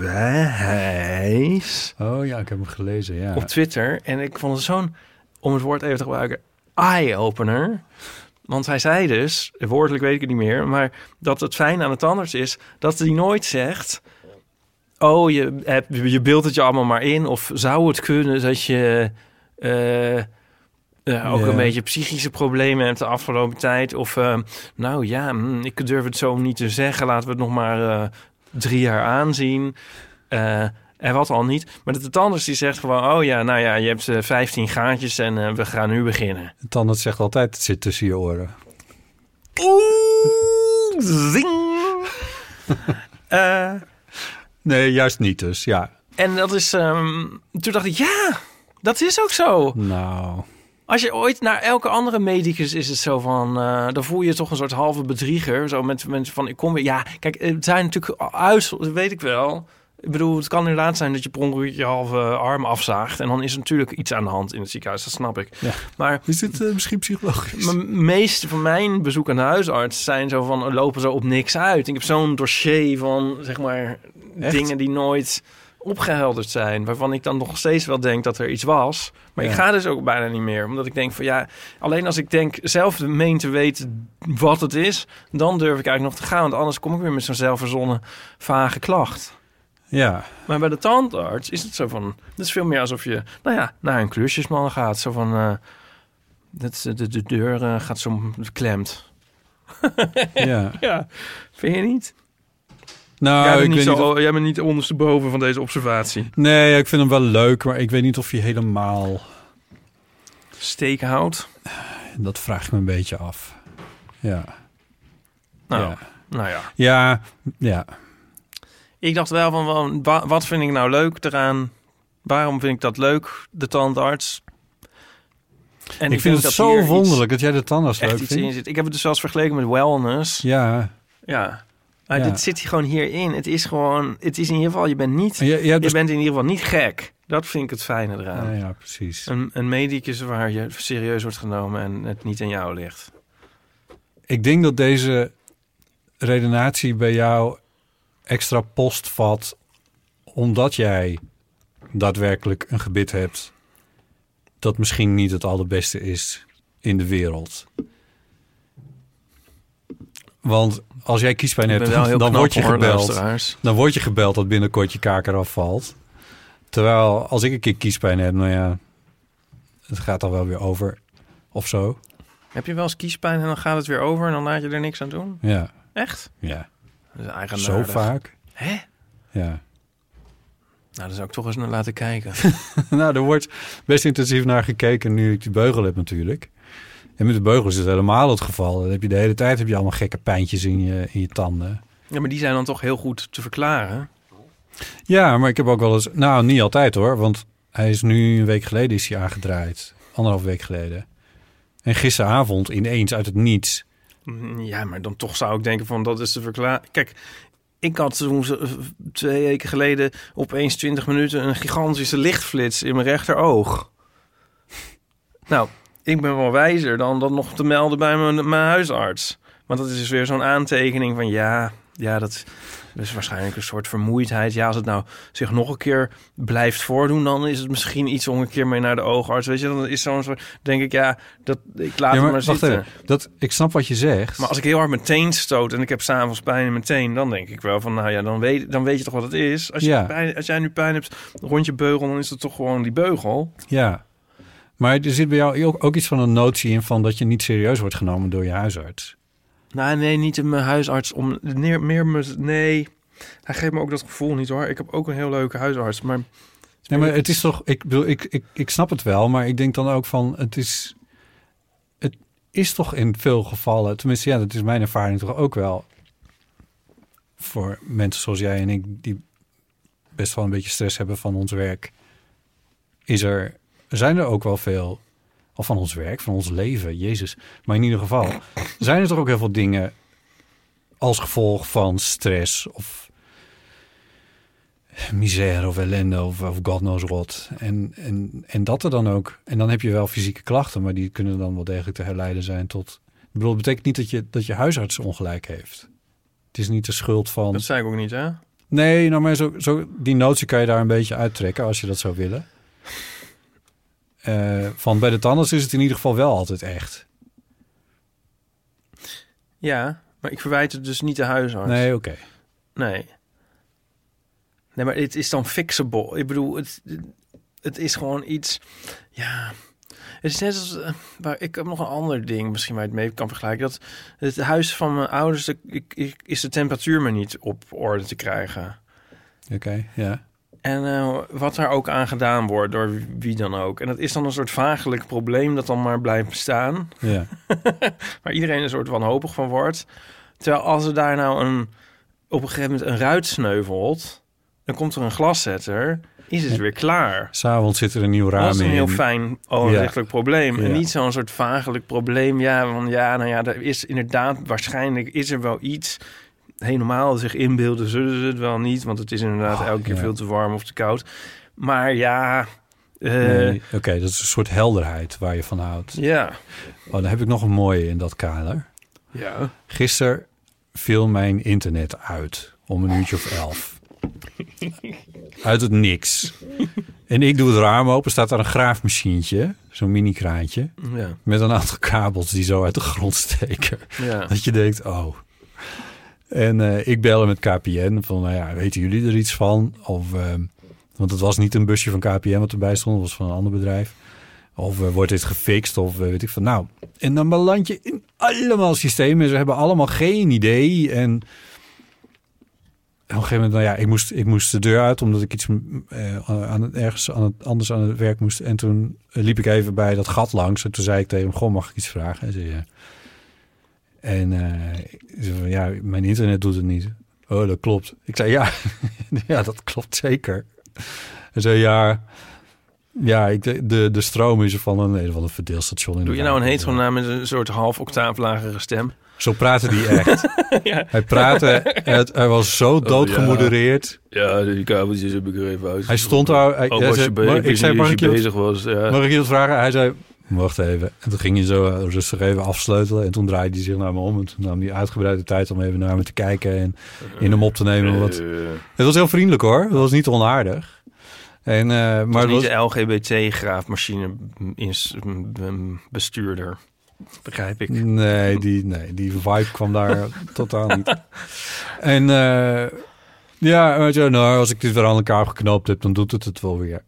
Wijs. Oh ja, ik heb hem gelezen, ja. Op Twitter. En ik vond het zo'n, om het woord even te gebruiken, eye-opener. Want hij zei dus, woordelijk weet ik het niet meer, maar dat het fijn aan de tandarts is dat hij nooit zegt... Oh, je, hebt, je beeldt het je allemaal maar in. Of zou het kunnen dat je... Uh, Uh, ook yeah. een beetje psychische problemen hebt de afgelopen tijd. Of, uh, nou ja, mm, ik durf het zo niet te zeggen. Laten we het nog maar uh, drie jaar aanzien. Uh, en wat al niet. Maar de tandarts die zegt gewoon... oh ja, nou ja, je hebt uh, vijftien gaatjes en uh, we gaan nu beginnen. De tandarts zegt altijd, het zit tussen je oren. Oeh, zing! uh, nee, juist niet dus, ja. En dat is... Um, toen dacht ik, ja, dat is ook zo. Nou... Als je ooit naar elke andere medicus is het zo van... Uh, dan voel je je toch een soort halve bedrieger. Zo met mensen van, ik kom weer... Ja, kijk, het zijn natuurlijk uit, dat weet ik wel. Ik bedoel, het kan inderdaad zijn dat je per ongeluk je halve arm afzaagt. En dan is er natuurlijk iets aan de hand in het ziekenhuis, dat snap ik. Ja. Maar is dit uh, misschien psychologisch? De meeste van mijn bezoeken aan de huisarts zijn zo van... lopen zo op niks uit. Ik heb zo'n dossier van, zeg maar, Echt? dingen die nooit... opgehelderd zijn, waarvan ik dan nog steeds wel denk dat er iets was. Maar ja. ik ga dus ook bijna niet meer, omdat ik denk van ja, alleen als ik denk zelf meen te weten wat het is, dan durf ik eigenlijk nog te gaan, want anders kom ik weer met zo'n zelfverzonnen vage klacht. Ja. Maar bij de tandarts is het zo van, het is veel meer alsof je, nou ja, naar een klusjesman gaat, zo van, uh, dat, de, de deur uh, gaat zo klemt. Ja. Ja, vind je niet? Nou, jij, bent ik niet weet zo, niet of... jij bent niet ondersteboven van deze observatie. Nee, ik vind hem wel leuk, maar ik weet niet of je helemaal... steken houdt? Dat vraag ik me een beetje af. Ja. Nou, ja. nou ja. Ja, ja. Ik dacht wel van, wat vind ik nou leuk eraan? Waarom vind ik dat leuk, de tandarts? En ik, ik vind het zo wonderlijk iets, dat jij de tandarts leuk vindt. Zit. Ik heb het dus zelfs vergeleken met wellness. Ja. Ja. Maar ja. dit zit hier gewoon hierin. Het is gewoon, het is in ieder geval, je bent niet, je, je, dus... je bent in ieder geval niet gek. Dat vind ik het fijne eraan. Ja, ja precies. Een, een medicus waar je serieus wordt genomen en het niet aan jou ligt. Ik denk dat deze redenatie bij jou extra post vat, omdat jij daadwerkelijk een gebit hebt dat misschien niet het allerbeste is in de wereld. Want als jij kiespijn hebt, dan, dan word je gebeld. Dan word je gebeld dat binnenkort je kaak eraf valt. Terwijl als ik een keer kiespijn heb, nou ja, het gaat dan wel weer over of zo. Heb je wel eens kiespijn en dan gaat het weer over en dan laat je er niks aan doen? Ja. Echt? Ja. Dat is eigenaardig. Zo vaak. Hè? Ja. Nou, dan zou ik toch eens naar laten kijken. Nou, er wordt best intensief naar gekeken nu ik die beugel heb natuurlijk. En met de beugel is het helemaal het geval. Dan heb je de hele tijd heb je allemaal gekke pijntjes in je, in je tanden. Ja, maar die zijn dan toch heel goed te verklaren? Ja, maar ik heb ook wel eens... Nou, niet altijd hoor. Want hij is nu een week geleden is hij aangedraaid. Anderhalf week geleden. En gisteravond ineens uit het niets Ja, maar dan toch zou ik denken van dat is de verklaring. Kijk, ik had toen twee weken geleden opeens twintig minuten een gigantische lichtflits in mijn rechteroog. Nou, ik ben wel wijzer dan dat nog te melden bij mijn, mijn huisarts. Want dat is dus weer zo'n aantekening van ja, ja, dat is waarschijnlijk een soort vermoeidheid. Ja, als het nou zich nog een keer blijft voordoen, dan is het misschien iets om een keer mee naar de oogarts. Weet je, dan is zo'n soort, denk ik, ja, dat ik laat ja, maar, het maar zitten. Even, dat, ik snap wat je zegt. Maar als ik heel hard mijn teen stoot en ik heb 's avonds pijn in mijn teen, dan denk ik wel van, nou ja, dan weet, dan weet je toch wat het is. Als, je ja. pijn, als jij nu pijn hebt rond je beugel, dan is het toch gewoon die beugel. Ja, maar er zit bij jou ook, ook iets van een notie in van dat je niet serieus wordt genomen door je huisarts. Nou, nee, niet in mijn huisarts. Om meer, meer me, nee, hij geeft me ook dat gevoel niet hoor. Ik heb ook een heel leuke huisarts, maar... Nee, maar het is toch... Ik bedoel, ik, ik, ik snap het wel, maar ik denk dan ook van... Het is, het is toch in veel gevallen... Tenminste, ja, dat is mijn ervaring toch ook wel... Voor mensen zoals jij en ik... die best wel een beetje stress hebben van ons werk... is er... zijn er ook wel veel... of van ons werk, van ons leven, Jezus. Maar in ieder geval... zijn er toch ook heel veel dingen... als gevolg van stress of... misère of ellende of, of god knows what. En, en, en dat er dan ook... En dan heb je wel fysieke klachten... maar die kunnen dan wel degelijk te herleiden zijn tot... Ik bedoel, het betekent niet dat je, dat je huisarts ongelijk heeft. Het is niet de schuld van... Dat zei ik ook niet, hè? Nee, nou maar zo, zo, die notie kan je daar een beetje uittrekken... als je dat zou willen. Uh, van bij de tandarts is het in ieder geval wel altijd echt. Ja, maar ik verwijt het dus niet de huisarts. Nee, oké. Okay. Nee. Nee, maar het is dan fixable. Ik bedoel, het, het is gewoon iets... Ja, het is net als... Maar ik heb nog een ander ding, misschien waar je het mee kan vergelijken. Dat het huis van mijn ouders... De, ik, ik, is de temperatuur maar niet op orde te krijgen. Oké, okay, ja. En uh, wat daar ook aan gedaan wordt, door wie dan ook. En dat is dan een soort vagelijk probleem dat dan maar blijft bestaan. Ja. Waar iedereen een soort wanhopig van wordt. Terwijl als er daar nou een, op een gegeven moment een ruit sneuvelt... dan komt er een glaszetter, is het weer klaar. 'S Avonds zit er een nieuw raam in. Dat is een heel fijn overzichtelijk ja. probleem. Ja. En niet zo'n soort vagelijk probleem. Ja, van ja, nou ja, er is inderdaad... waarschijnlijk is er wel iets... helemaal zich inbeelden zullen ze het wel niet... want het is inderdaad oh, elke keer ja. veel te warm of te koud. Maar ja... Uh, nee, Oké, okay, dat is een soort helderheid waar je van houdt. Ja. Oh, dan heb ik nog een mooie in dat kader. Ja. Gisteren viel mijn internet uit om een uurtje of elf. Uit het niks. En ik doe het raam open, staat daar een graafmachientje, zo'n mini-kraantje... Ja. met een aantal kabels die zo uit de grond steken. Ja. Dat je denkt, oh... En uh, ik belde met K P N van, nou ja, weten jullie er iets van? Of, uh, want het was niet een busje van K P N wat erbij stond, het was van een ander bedrijf. Of uh, wordt dit gefixt? Of uh, weet ik van, nou. En dan beland je in allemaal systemen. Ze hebben allemaal geen idee. En op een gegeven moment, nou ja, ik moest, ik moest de deur uit omdat ik iets uh, aan het, ergens aan het, anders aan het werk moest. En toen uh, liep ik even bij dat gat langs. En toen zei ik tegen hem, goh, mag ik iets vragen? En zei ja. En uh, ja, mijn internet doet het niet. Oh, dat klopt. Ik zei, ja, ja, dat klopt zeker. Hij zei, ja, ja ik, de, de stroom is er van een, nee, van een verdeelstation. In Doe je nou een heteronaam met een soort half octaaf lagere stem? Zo praatte die echt. Ja. Hij praatte, het, hij was zo doodgemodereerd. Oh, ja. ja, die kabeltjes heb ik er even uit. Hij stond daar. Hij, oh, hij was zei, je be- ik zei, mag ik je bezig was, ja. Mag ik je dat vragen? Hij zei, wacht even. En toen ging hij zo uh, rustig even afsleutelen. En toen draaide hij zich naar me om. En toen nam hij uitgebreide tijd om even naar me te kijken. En in hem op te nemen. Wat... Het was heel vriendelijk hoor. Het was niet onaardig. En, uh, het maar was niet was... de L G B T-graafmachine bestuurder. Begrijp ik. Nee, die, nee, die vibe kwam daar totaal niet. En uh, ja, weet je, nou, als ik dit weer aan elkaar geknoopt heb, dan doet het het wel weer.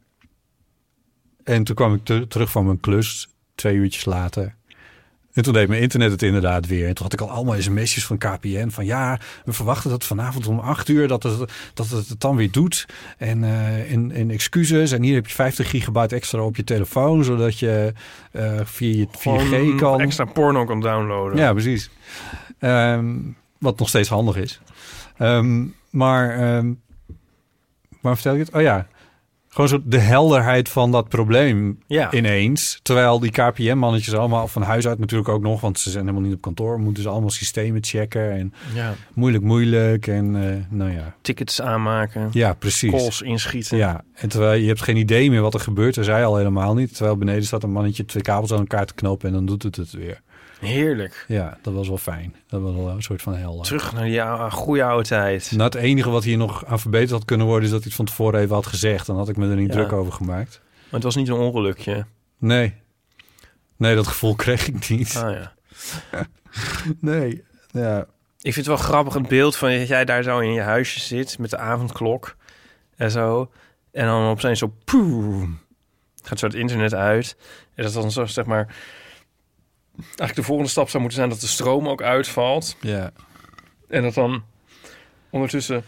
En toen kwam ik te- terug van mijn klus, twee uurtjes later. En toen deed mijn internet het inderdaad weer. En toen had ik al allemaal sms'jes van K P N. Van ja, we verwachten dat vanavond om acht uur dat het, dat het het dan weer doet. En, uh, en, en excuses. En hier heb je vijftig gigabyte extra op je telefoon. Zodat je uh, via je vier G kan... extra porno kan downloaden. Ja, precies. Um, wat nog steeds handig is. Um, maar, um, waar vertel ik het? Oh ja, Gewoon zo de helderheid van dat probleem ja. ineens. Terwijl die K P M-mannetjes allemaal van huis uit natuurlijk ook nog... want ze zijn helemaal niet op kantoor. Moeten ze allemaal systemen checken. En ja. moeilijk, moeilijk. En uh, nou ja. Tickets aanmaken. Ja, precies. Calls inschieten. Ja, en terwijl je hebt geen idee meer wat er gebeurt. Er zij al helemaal niet. Terwijl beneden staat een mannetje twee kabels aan elkaar te knopen... en dan doet het het weer. Heerlijk. Ja, dat was wel fijn. Dat was wel een soort van helder. Terug naar die oude, goede oude tijd. Nou, het enige wat hier nog aan verbeterd had kunnen worden... is dat hij het van tevoren even had gezegd. Dan had ik me er niet ja. druk over gemaakt. Maar het was niet een ongelukje. Nee. Nee, dat gevoel kreeg ik niet. Ah ja. Nee, ja. Ik vind het wel grappig een beeld van... dat jij daar zo in je huisje zit... met de avondklok en zo. En dan opeens zo... poeh, gaat zo het internet uit. En dat dan zo, zeg maar... eigenlijk de volgende stap zou moeten zijn dat de stroom ook uitvalt. Ja. En dat dan ondertussen...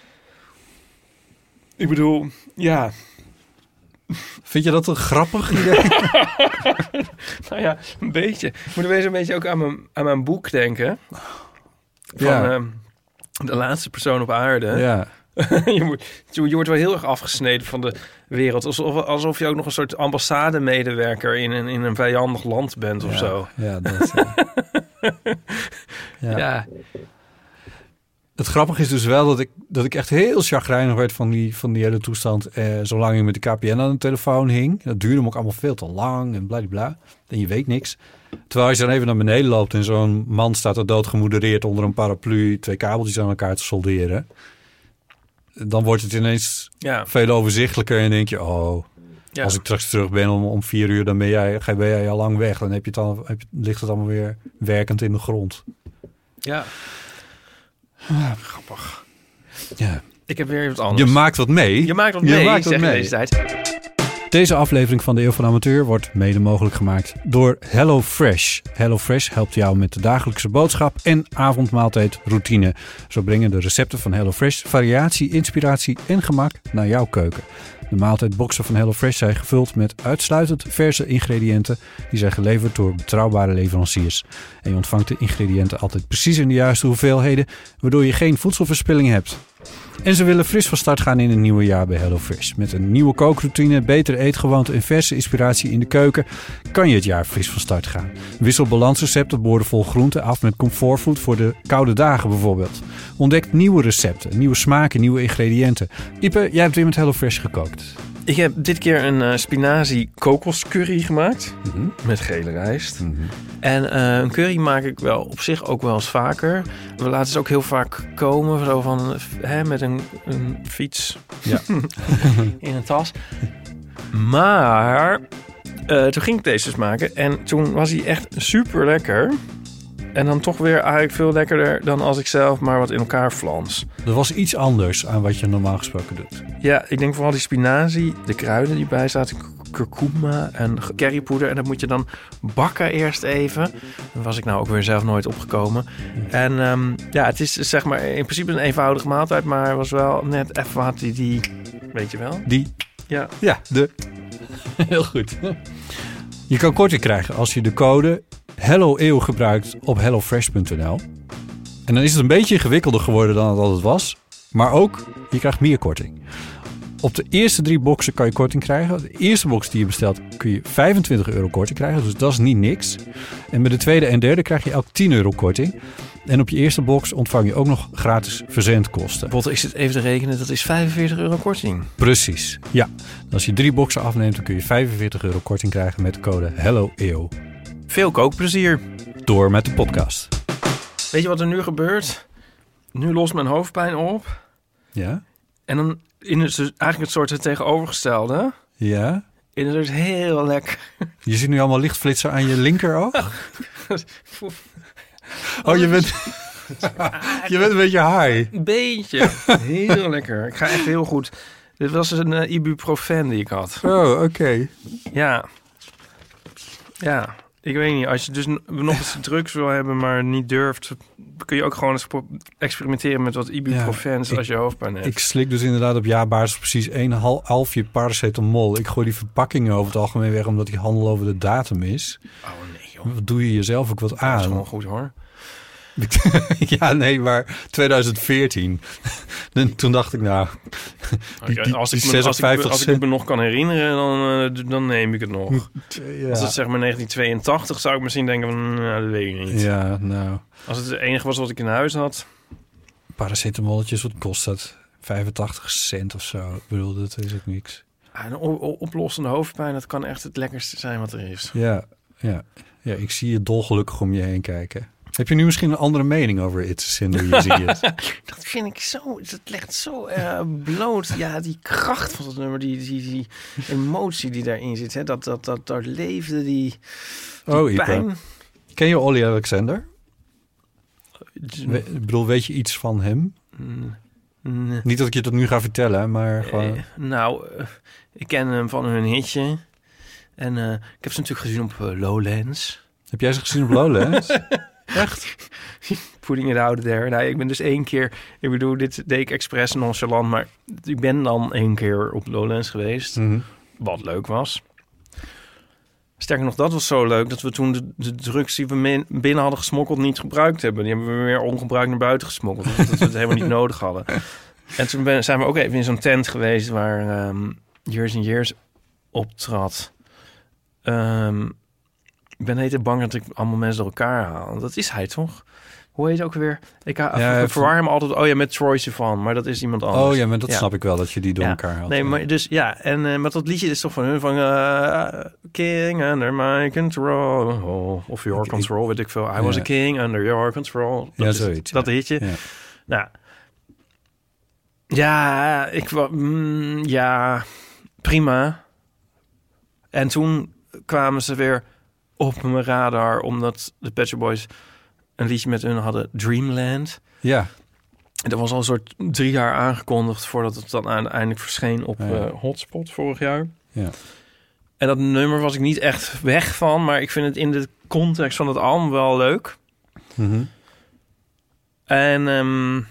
Ik bedoel, ja... Vind je dat een grappig idee? Nou ja, een beetje. Ik moet wees een beetje ook aan mijn, aan mijn boek denken. Van ja. uh, de laatste persoon op aarde. Ja. je, moet, je wordt wel heel erg afgesneden van de wereld. Alsof, alsof je ook nog een soort ambassademedewerker in een, in een vijandig land bent of ja. zo. Ja, dat ja. ja. ja. Het grappige is dus wel dat ik, dat ik echt heel chagrijnig werd van die, van die hele toestand. Eh, zolang ik met de K P N aan de telefoon hing. Dat duurde me ook allemaal veel te lang en bladibla. En je weet niks. Terwijl als je dan even naar beneden loopt en zo'n man staat er doodgemoedereerd onder een paraplu twee kabeltjes aan elkaar te solderen. Dan wordt het ineens ja. veel overzichtelijker en denk je, oh, ja. als ik straks terug ben om, om vier uur, dan ben jij, ben jij al lang weg. Dan heb je het al, heb je, ligt het allemaal weer werkend in de grond. Ja. Ah, grappig. Ja. Ik heb weer wat anders. Je maakt wat mee. Je maakt wat je mee, maakt wat zeg mee. deze tijd. Deze aflevering van de Eeuw van de Amateur wordt mede mogelijk gemaakt door HelloFresh. HelloFresh helpt jou met de dagelijkse boodschap en avondmaaltijdroutine. Zo brengen de recepten van HelloFresh variatie, inspiratie en gemak naar jouw keuken. De maaltijdboxen van HelloFresh zijn gevuld met uitsluitend verse ingrediënten. Die zijn geleverd door betrouwbare leveranciers. En je ontvangt de ingrediënten altijd precies in de juiste hoeveelheden, waardoor je geen voedselverspilling hebt. En ze willen fris van start gaan in een nieuwe jaar bij HelloFresh. Met een nieuwe kookroutine, betere eetgewoonten en verse inspiratie in de keuken kan je het jaar fris van start gaan. Wissel balansrecepten boordevol groenten af met comfortfood voor de koude dagen bijvoorbeeld. Ontdek nieuwe recepten, nieuwe smaken, nieuwe ingrediënten. Ipe, jij hebt weer met HelloFresh gekookt. Ik heb dit keer een uh, spinazie kokoscurry gemaakt. Mm-hmm. Met gele rijst. Mm-hmm. En uh, een curry maak ik wel op zich ook wel eens vaker. We laten ze ook heel vaak komen. Zo van, hè, met een, een fiets. Ja. in een tas. Maar uh, toen ging ik deze dus maken. En toen was hij echt super lekker. En dan toch weer eigenlijk veel lekkerder dan als ik zelf maar wat in elkaar flans. Er was iets anders aan wat je normaal gesproken doet. Ja, ik denk vooral die spinazie, de kruiden die bij zaten, kurkuma en currypoeder. En dat moet je dan bakken eerst even. Daar was ik nou ook weer zelf nooit opgekomen. En um, ja, het is zeg maar in principe een eenvoudige maaltijd, maar het was wel net even wat die, die weet je wel? Die? Ja. Ja, de... Heel goed. Je kan korting krijgen als je de code HelloEeuw gebruikt op hellofresh punt n l. En dan is het een beetje ingewikkelder geworden dan het altijd was. Maar ook, je krijgt meer korting. Op de eerste drie boxen kan je korting krijgen. De eerste box die je bestelt kun je vijfentwintig euro korting krijgen. Dus dat is niet niks. En bij de tweede en derde krijg je elk tien euro korting. En op je eerste box ontvang je ook nog gratis verzendkosten. Bot, ik zit even te rekenen, dat is vijfenveertig euro korting. Precies, ja. Als je drie boxen afneemt, dan kun je vijfenveertig euro korting krijgen met de code HelloEeuw. Veel kookplezier. Door met de podcast. Weet je wat er nu gebeurt? Nu lost mijn hoofdpijn op. Ja? En dan in het, eigenlijk het soort het tegenovergestelde. Ja? In een soort heel lekker... Je ziet nu allemaal lichtflitsen aan je linkeroog. Oh, je bent... je bent een beetje high. Een beetje. Heel lekker. Ik ga echt heel goed. Dit was een uh, ibuprofen die ik had. Oh, oké. Okay. Ja. Ja. Ik weet niet, als je dus nog eens drugs wil hebben, maar niet durft, kun je ook gewoon eens experimenteren met wat ibuprofens ja, als je hoofdpijn hebt. Ik slik dus inderdaad op jaarbasis precies een halfje paracetamol. Ik gooi die verpakkingen over het algemeen weg, omdat die handel over de datum is. Oh nee, joh. Wat doe je jezelf ook wat aan? Dat is gewoon goed, hoor. Ja, nee, maar twintig veertien. Toen dacht ik, nou... Die, die, als, ik die me, als, ik, als cent... ik me nog kan herinneren, dan, uh, dan neem ik het nog. Ja. Als het zeg maar negentien tweeëntachtig, zou ik misschien denken van... Nou, dat weet ik niet. Ja, nou... Als het het enige was wat ik in huis had... Paracetamolletjes, wat kost dat? vijfentachtig cent of zo. Ik bedoel, dat is ook niks. Ja, een oplossende hoofdpijn, dat kan echt het lekkerste zijn wat er is. Ja, ja. Ja, ik zie je dolgelukkig om je heen kijken. Heb je nu misschien een andere mening over It's a Sin That You See It? Dat vind ik zo... Dat legt zo uh, bloot. Ja, die kracht van het nummer, die, die, die emotie die daarin zit. Hè? Dat, dat, dat, dat leefde, die, die oh, pijn. Ipe. Ken je Olly Alexander? We, ik bedoel, weet je iets van hem? Nee. Niet dat ik je dat nu ga vertellen, maar gewoon... Uh, nou, uh, ik ken hem van hun hitje. En uh, ik heb ze natuurlijk gezien op uh, Lowlands. Heb jij ze gezien op Lowlands? Echt? Putting it out there. Nou, ik ben dus één keer... Ik bedoel, dit deed ik expres nonchalant, maar ik ben dan één keer op Lowlands geweest. Mm-hmm. Wat leuk was. Sterker nog, dat was zo leuk dat we toen de, de drugs die we binnen hadden gesmokkeld niet gebruikt hebben. Die hebben we weer ongebruikt naar buiten gesmokkeld. Dus dat we het helemaal niet nodig hadden. En toen ben, zijn we ook even in zo'n tent geweest waar um, Years and Years optrad. Um, ik ben heet bang dat ik allemaal mensen door elkaar haal. Dat is hij toch? Hoe heet het ook weer? Ik, ja, ik verwar hem altijd. Oh ja, met Troye Sivan, maar dat is iemand anders. Oh ja, maar dat ja. snap ik wel, dat je die door ja. elkaar haalt. Nee, maar dus ja, en uh, maar dat liedje is toch van hun van uh, King under my control, oh, of your control, weet ik veel. I ja. was a king under your control. Dat ja, is zoiets. Dat ja. hitje. Ja. Nou, ja, ik was mm, ja prima. En toen kwamen ze weer op mijn radar, omdat de Pet Shop Boys een liedje met hun hadden, Dreamland. Ja. En dat was al een soort drie jaar aangekondigd voordat het dan uiteindelijk verscheen op ja. uh, Hotspot vorig jaar. Ja. En dat nummer was ik niet echt weg van, maar ik vind het in de context van het album wel leuk. Mm-hmm. En um,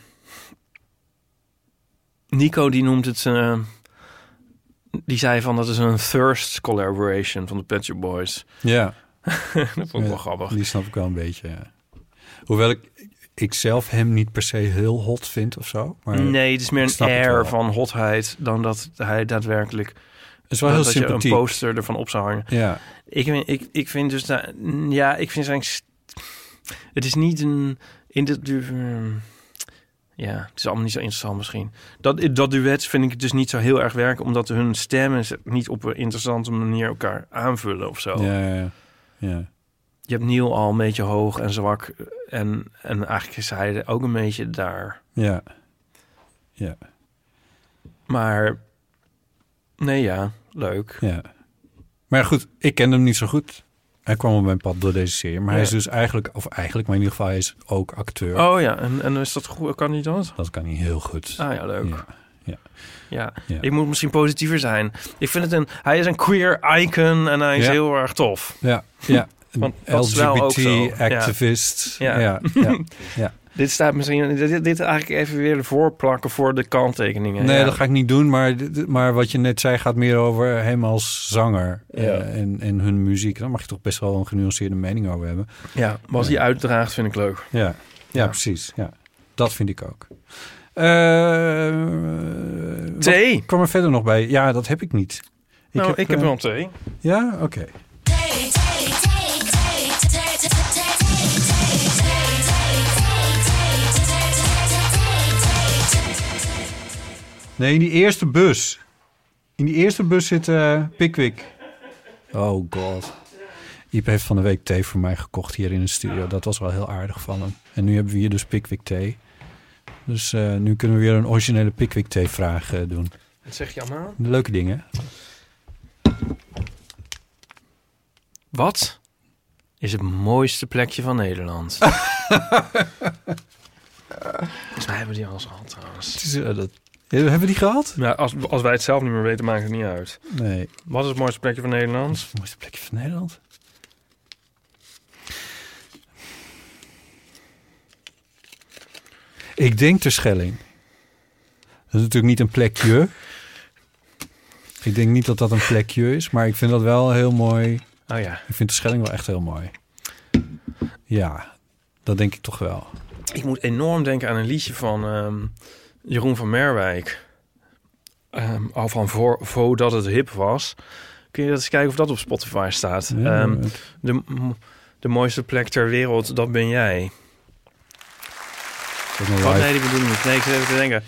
Nico die noemt het, uh, die zei van dat is een Thirst collaboration van de Pet Shop Boys. Ja. Dat vond ik ja, wel grappig. Die snap ik wel een beetje, ja. Hoewel ik, ik zelf hem niet per se heel hot vind of zo. Maar nee, het is meer een air van hotheid dan dat hij daadwerkelijk... Het is wel heel sympathiek. Dat je een poster ervan op zou hangen. Ja. Ik, ik, ik vind dus... Dat, ja, ik vind zijn... Het is niet een... In dit, ja, het is allemaal niet zo interessant misschien. Dat, dat duet vind ik dus niet zo heel erg werken, omdat hun stemmen niet op een interessante manier elkaar aanvullen of zo. Ja, ja, ja. Je hebt Neil al een beetje hoog en zwak. En, en eigenlijk is hij ook een beetje daar. Ja. Ja. Maar... Nee, ja. Leuk. Ja. Maar goed, ik ken hem niet zo goed. Hij kwam op mijn pad door deze serie. Maar ja. hij is dus eigenlijk... Of eigenlijk, maar in ieder geval, hij is ook acteur. Oh ja, en, en is dat goed? Kan hij dat? Dat kan hij heel goed. Ah ja, leuk. Ja. Ja. Ja. Ja, ik moet misschien positiever zijn. Ik vind het een... Hij is een queer icon en hij is ja. heel erg tof. Ja, ja. Want L G B T-activist. Ja. Ja. Ja. Ja. Ja. Dit staat misschien... Dit, dit eigenlijk even weer ervoor plakken voor de kanttekeningen. Nee, ja. dat ga ik niet doen. Maar, maar wat je net zei gaat meer over hem als zanger. Ja. Uh, en, en hun muziek. Daar mag je toch best wel een genuanceerde mening over hebben. Ja, maar als ja. hij uitdraagt vind ik leuk. Ja, ja, ja. precies. Ja. Dat vind ik ook. Uh, thee? Kwam er verder nog bij? Ja, dat heb ik niet. Ik nou, heb, ik heb uh, wel thee. Ja? Oké. Okay. Nee, in die eerste bus. In die eerste bus zit uh, Pickwick. Oh god. Iep heeft van de week thee voor mij gekocht hier in de studio. Dat was wel heel aardig van hem. En nu hebben we hier dus Pickwick thee. Dus uh, nu kunnen we weer een originele Pickwick thee vraag uh, doen. Wat zeg je allemaal? Leuke dingen. Wat is het mooiste plekje van Nederland? Volgens mij hebben we die al eens gehad trouwens. Het is, uh, dat... Hebben we die gehad? Ja, als, als wij het zelf niet meer weten, maakt het niet uit. Nee. Wat is het mooiste plekje van Nederland? Het mooiste plekje van Nederland? Ik denk Terschelling. Dat is natuurlijk niet een plekje. Ik denk niet dat dat een plekje is, maar ik vind dat wel heel mooi. Oh ja. Ik vind Terschelling wel echt heel mooi. Ja. Dat denk ik toch wel. Ik moet enorm denken aan een liedje van um, Jeroen van Merwijk. Um, al van voor, voordat het hip was. Kun je dat eens kijken of dat op Spotify staat? Ja, um, de, de mooiste plek ter wereld, dat ben jij. Dat Wat nee, die bedoel ik niet. Nee, ik zit even te denken.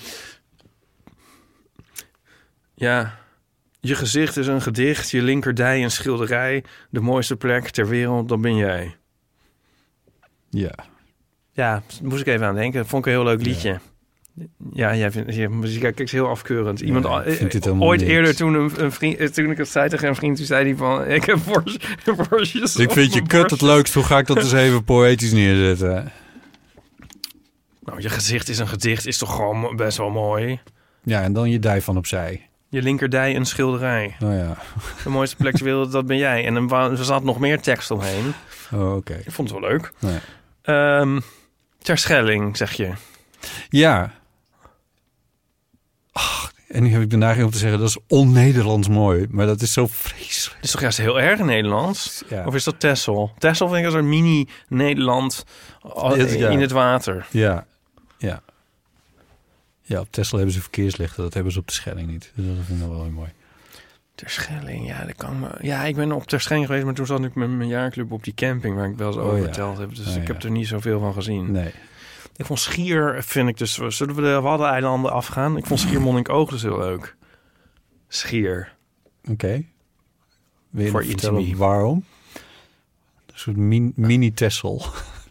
Ja, je gezicht is een gedicht, je linkerdij een schilderij. De mooiste plek ter wereld, dat ben jij. Ja. Ja, moest ik even aan denken. Vond ik een heel leuk liedje. Ja. Ja, jij vindt je muziek is heel afkeurend. Iemand ja, ik vind uh, ooit niks. Eerder toen een, een vriend, toen ik het zei tegen een vriend, toen zei hij van, ik heb borstjes. Ik vind je kut het leukst. Hoe ga ik dat eens even poëtisch neerzetten? Nou, je gezicht is een gedicht, is toch gewoon best wel mooi. Ja, en dan je dij van opzij. Je linkerdij een schilderij. Oh ja. De mooiste plek ter wereld, dat ben jij. En er zat nog meer tekst omheen. Oh, oké. Okay. Ik vond het wel leuk. Nee. Um, Terschelling, zeg je. Ja. Ach, en nu heb ik de neiging om te zeggen, dat is on-Nederlands mooi. Maar dat is zo vreselijk. Het is toch juist heel erg Nederlands? Ja. Of is dat Texel? Texel vind ik als een mini-Nederland ja. in het water. Ja, ja. Ja, op Texel hebben ze verkeerslichten. Dat hebben ze op de Schelling niet. Dus dat vind ik wel heel mooi. Terschelling, ja, dat kan me... Ja, ik ben op Terschelling geweest, maar toen zat ik met mijn jaarclub op die camping waar ik wel eens over oh, ja. verteld heb. Dus oh, ik ja. heb er niet zoveel van gezien. Nee. Ik vond Schier, vind ik dus... Zullen we de Waddeneilanden afgaan? Ik vond Schiermonnikoog dus heel leuk. Schier. Oké. Okay. Wil je voor vertellen waarom? Een soort min- mini-Texel.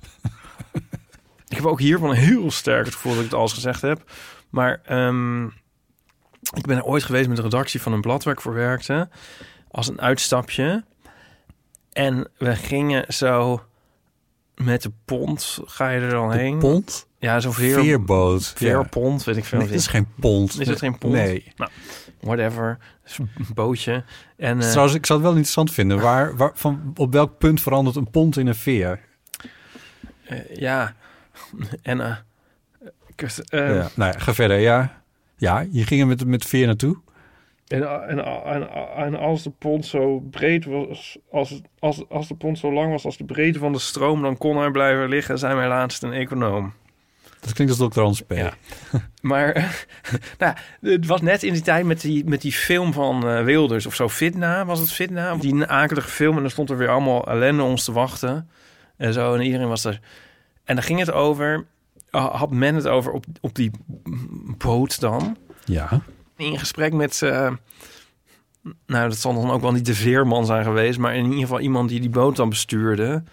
Ik heb ook hiervan heel sterk het gevoel dat ik het alles gezegd heb. Maar um, ik ben er ooit geweest met de redactie van een blad waar ik voor werkte. Als een uitstapje. En we gingen zo met de pont. Ga je er dan de heen? Pont? Ja, zo'n veer, veerboot. Veerpont, ja. weet ik veel. Nee, het is geen pont. Is het geen pont? Nee. Nou, whatever. Een bootje. En, uh, Trouwens, ik zou het wel interessant vinden. Waar, waar, van, op welk punt verandert een pont in een veer? Uh, ja... En uh, uh, ja, nou ja, ga verder. Ja, ja je ging er met, met veer naartoe. En, en, en, en als de pont zo breed was, als, als, als de pont zo lang was als de breedte van de stroom, dan kon hij blijven liggen. Zijn wij laatst een econoom. Dat klinkt als dokter Hans P. Ja. Maar nou, het was net in die tijd met die, met die film van uh, Wilders of zo. Fitna, was het Fitna? Die akelige film. En dan stond er weer allemaal ellende ons te wachten. En zo. En iedereen was er... En dan ging het over, had men het over op, op die boot dan. Ja. In gesprek met, uh, nou dat zal dan ook wel niet de veerman zijn geweest, maar in ieder geval iemand die die boot dan bestuurde.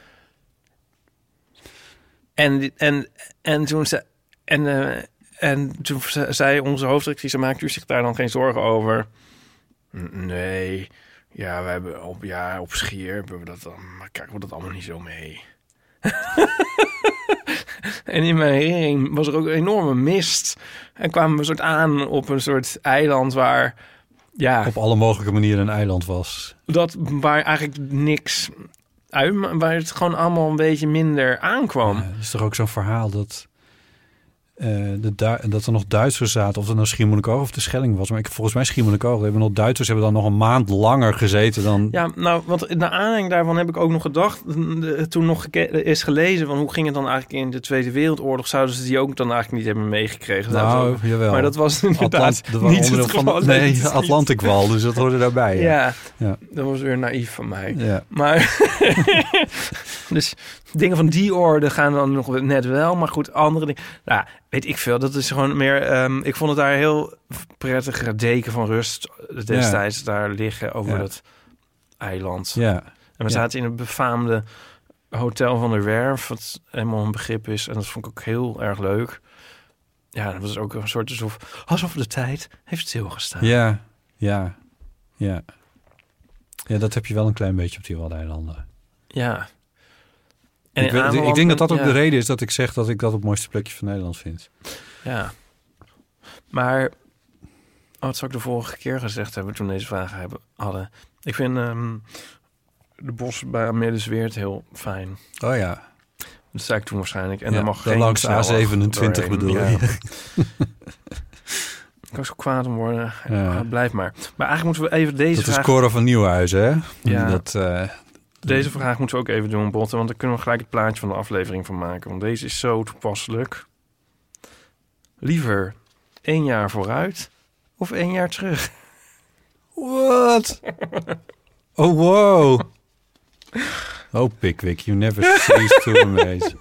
En, en, en toen ze, en, uh, en toen zei onze hoofdredactrice, maakt u zich daar dan geen zorgen over? Nee, ja, we hebben op, ja, op Schier hebben we dat dan, maar krijgen we dat allemaal niet zo mee. En in mijn herinnering was er ook een enorme mist. En kwamen we soort aan op een soort eiland waar... ja, op alle mogelijke manieren een eiland was. Dat, waar eigenlijk niks uit... waar het gewoon allemaal een beetje minder aankwam. Ja, is toch ook zo'n verhaal dat... Uh, de Du- dat er nog Duitsers zaten, of het nou Schiermonnikoog of de Schelling was. Maar ik, volgens mij Schiermonnikoog. Hebben nog Duitsers hebben dan nog een maand langer gezeten dan... Ja, nou, want naar aanleiding daarvan heb ik ook nog gedacht... toen nog geke- is gelezen van hoe ging het dan eigenlijk in de Tweede Wereldoorlog... zouden ze die ook dan eigenlijk niet hebben meegekregen. Nou, dat jawel. Maar dat was inderdaad Atlant- niet het geval. Van, nee, de Atlantikwal, dus dat hoorde daarbij. Ja. Ja, ja, dat was weer naïef van mij. Ja. Maar... dus dingen van die orde gaan dan nog net wel. Maar goed, andere dingen... Nou, weet ik veel. Dat is gewoon meer... Um, ik vond het daar heel prettige deken van rust destijds ja. daar liggen over ja. dat eiland. Ja. En we ja. zaten in het befaamde Hotel van der Werf, wat helemaal een begrip is. En dat vond ik ook heel erg leuk. Ja, dat was ook een soort alsof, alsof de tijd heeft stilgestaan. Ja, ja, ja. Ja, dat heb je wel een klein beetje op die Waddeneilanden. Ja. En ik, weet, ik denk dat dat ook ja. de reden is dat ik zeg dat ik dat het mooiste plekje van Nederland vind. Ja. Maar, oh, wat zou ik de vorige keer gezegd hebben toen deze vragen hebben, hadden. Ik vind um, de bos bij Amelisweert heel fijn. Oh ja. Dat zei ik toen waarschijnlijk. En ja, dan mag dan geen langs de A zevenentwintig bedoel je. Ja. Ik was zo kwaad om worden. Ja. Blijf maar. Maar eigenlijk moeten we even deze dat vraag... is Cora van Nieuwhuizen, hè? Ja. Dat, uh, Deze vraag moeten we ook even doen, Botte. Want dan kunnen we gelijk het plaatje van de aflevering van maken. Want deze is zo toepasselijk. Liever één jaar vooruit of één jaar terug? What? Oh, wow. Oh, Pickwick, you never cease to amaze.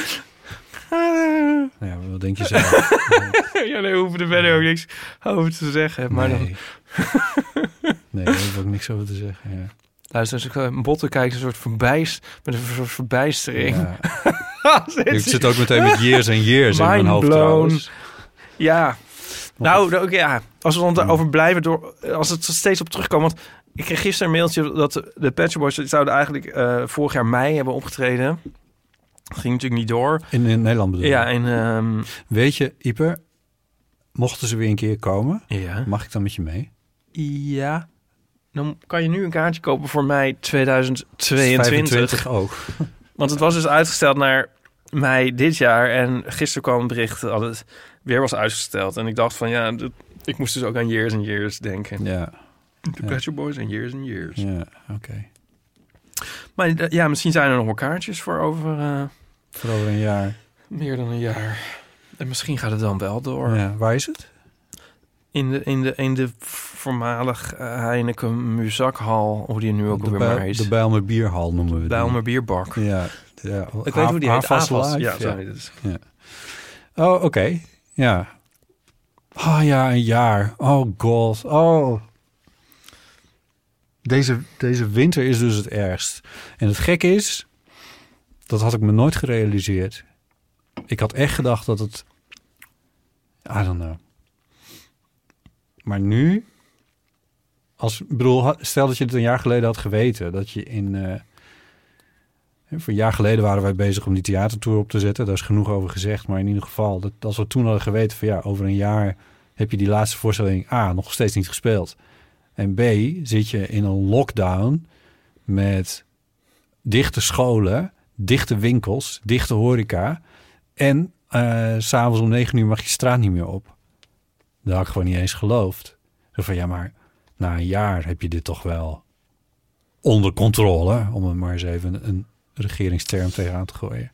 Ja, wat denk je zelf? Ja, nee, we hoeven er verder ook niks over te zeggen. Maar nee. Dan... nee, daar hoef ik niks over te zeggen, ja. Luister, als ik een Botte kijk, een soort verbijst, met een soort verbijstering. Ja. Ik zit ook meteen met years en years in mijn hoofd trouwens. Ja, nou, ook, ja, als we dan daarover blijven, door, als het steeds op terugkomt. Want ik kreeg gisteren een mailtje dat de Pet Shop Boys zouden eigenlijk uh, vorig jaar mei hebben opgetreden. Dat ging natuurlijk niet door. In, in Nederland bedoel je? Ja, in... Um... Weet je, Ieper, mochten ze weer een keer komen, ja. Mag ik dan met je mee? Ja. Dan kan je nu een kaartje kopen voor mei tweeduizend tweeëntwintig. vijfentwintig ook. Want het was dus uitgesteld naar mei dit jaar. En gisteren kwam een bericht dat het weer was uitgesteld. En ik dacht van ja, dat, ik moest dus ook aan Years and Years denken. Ja. De Pet Shop Boys en Years and Years. Ja, oké. Okay. Maar ja, misschien zijn er nog wel kaartjes voor over... Uh, voor over een jaar. Meer dan een jaar. En misschien gaat het dan wel door. Ja, waar is het? In de, in de, in de voormalig Heineken Muzakhal, hoe die nu ook de weer Bijl, maar heet. De Bijlmer Bierhal noemen we het. Bijlmer Bierbak. Ja. ja. Ik weet hoe die heet. Avas. Ja, ja. Dus. ja. Oh, oké. Okay. Ja. Oh ja, een jaar. Oh god. Oh. Deze, deze winter is dus het ergst. En het gekke is, dat had ik me nooit gerealiseerd. Ik had echt gedacht dat het... I don't know. Maar nu... Als, ik bedoel, stel dat je het een jaar geleden had geweten. Dat je in... Uh, voor een jaar geleden waren wij bezig om die theatertour op te zetten. Daar is genoeg over gezegd. Maar in ieder geval, dat, als we toen hadden geweten van ja, over een jaar heb je die laatste voorstelling A nog steeds niet gespeeld. En B, zit je in een lockdown met dichte scholen, dichte winkels, dichte horeca. En uh, 's avonds om negen uur mag je straat niet meer op. Dat had ik gewoon niet eens geloofd. Zo van ja, maar na een jaar heb je dit toch wel onder controle. Om er maar eens even een, een regeringsterm tegenaan te gooien.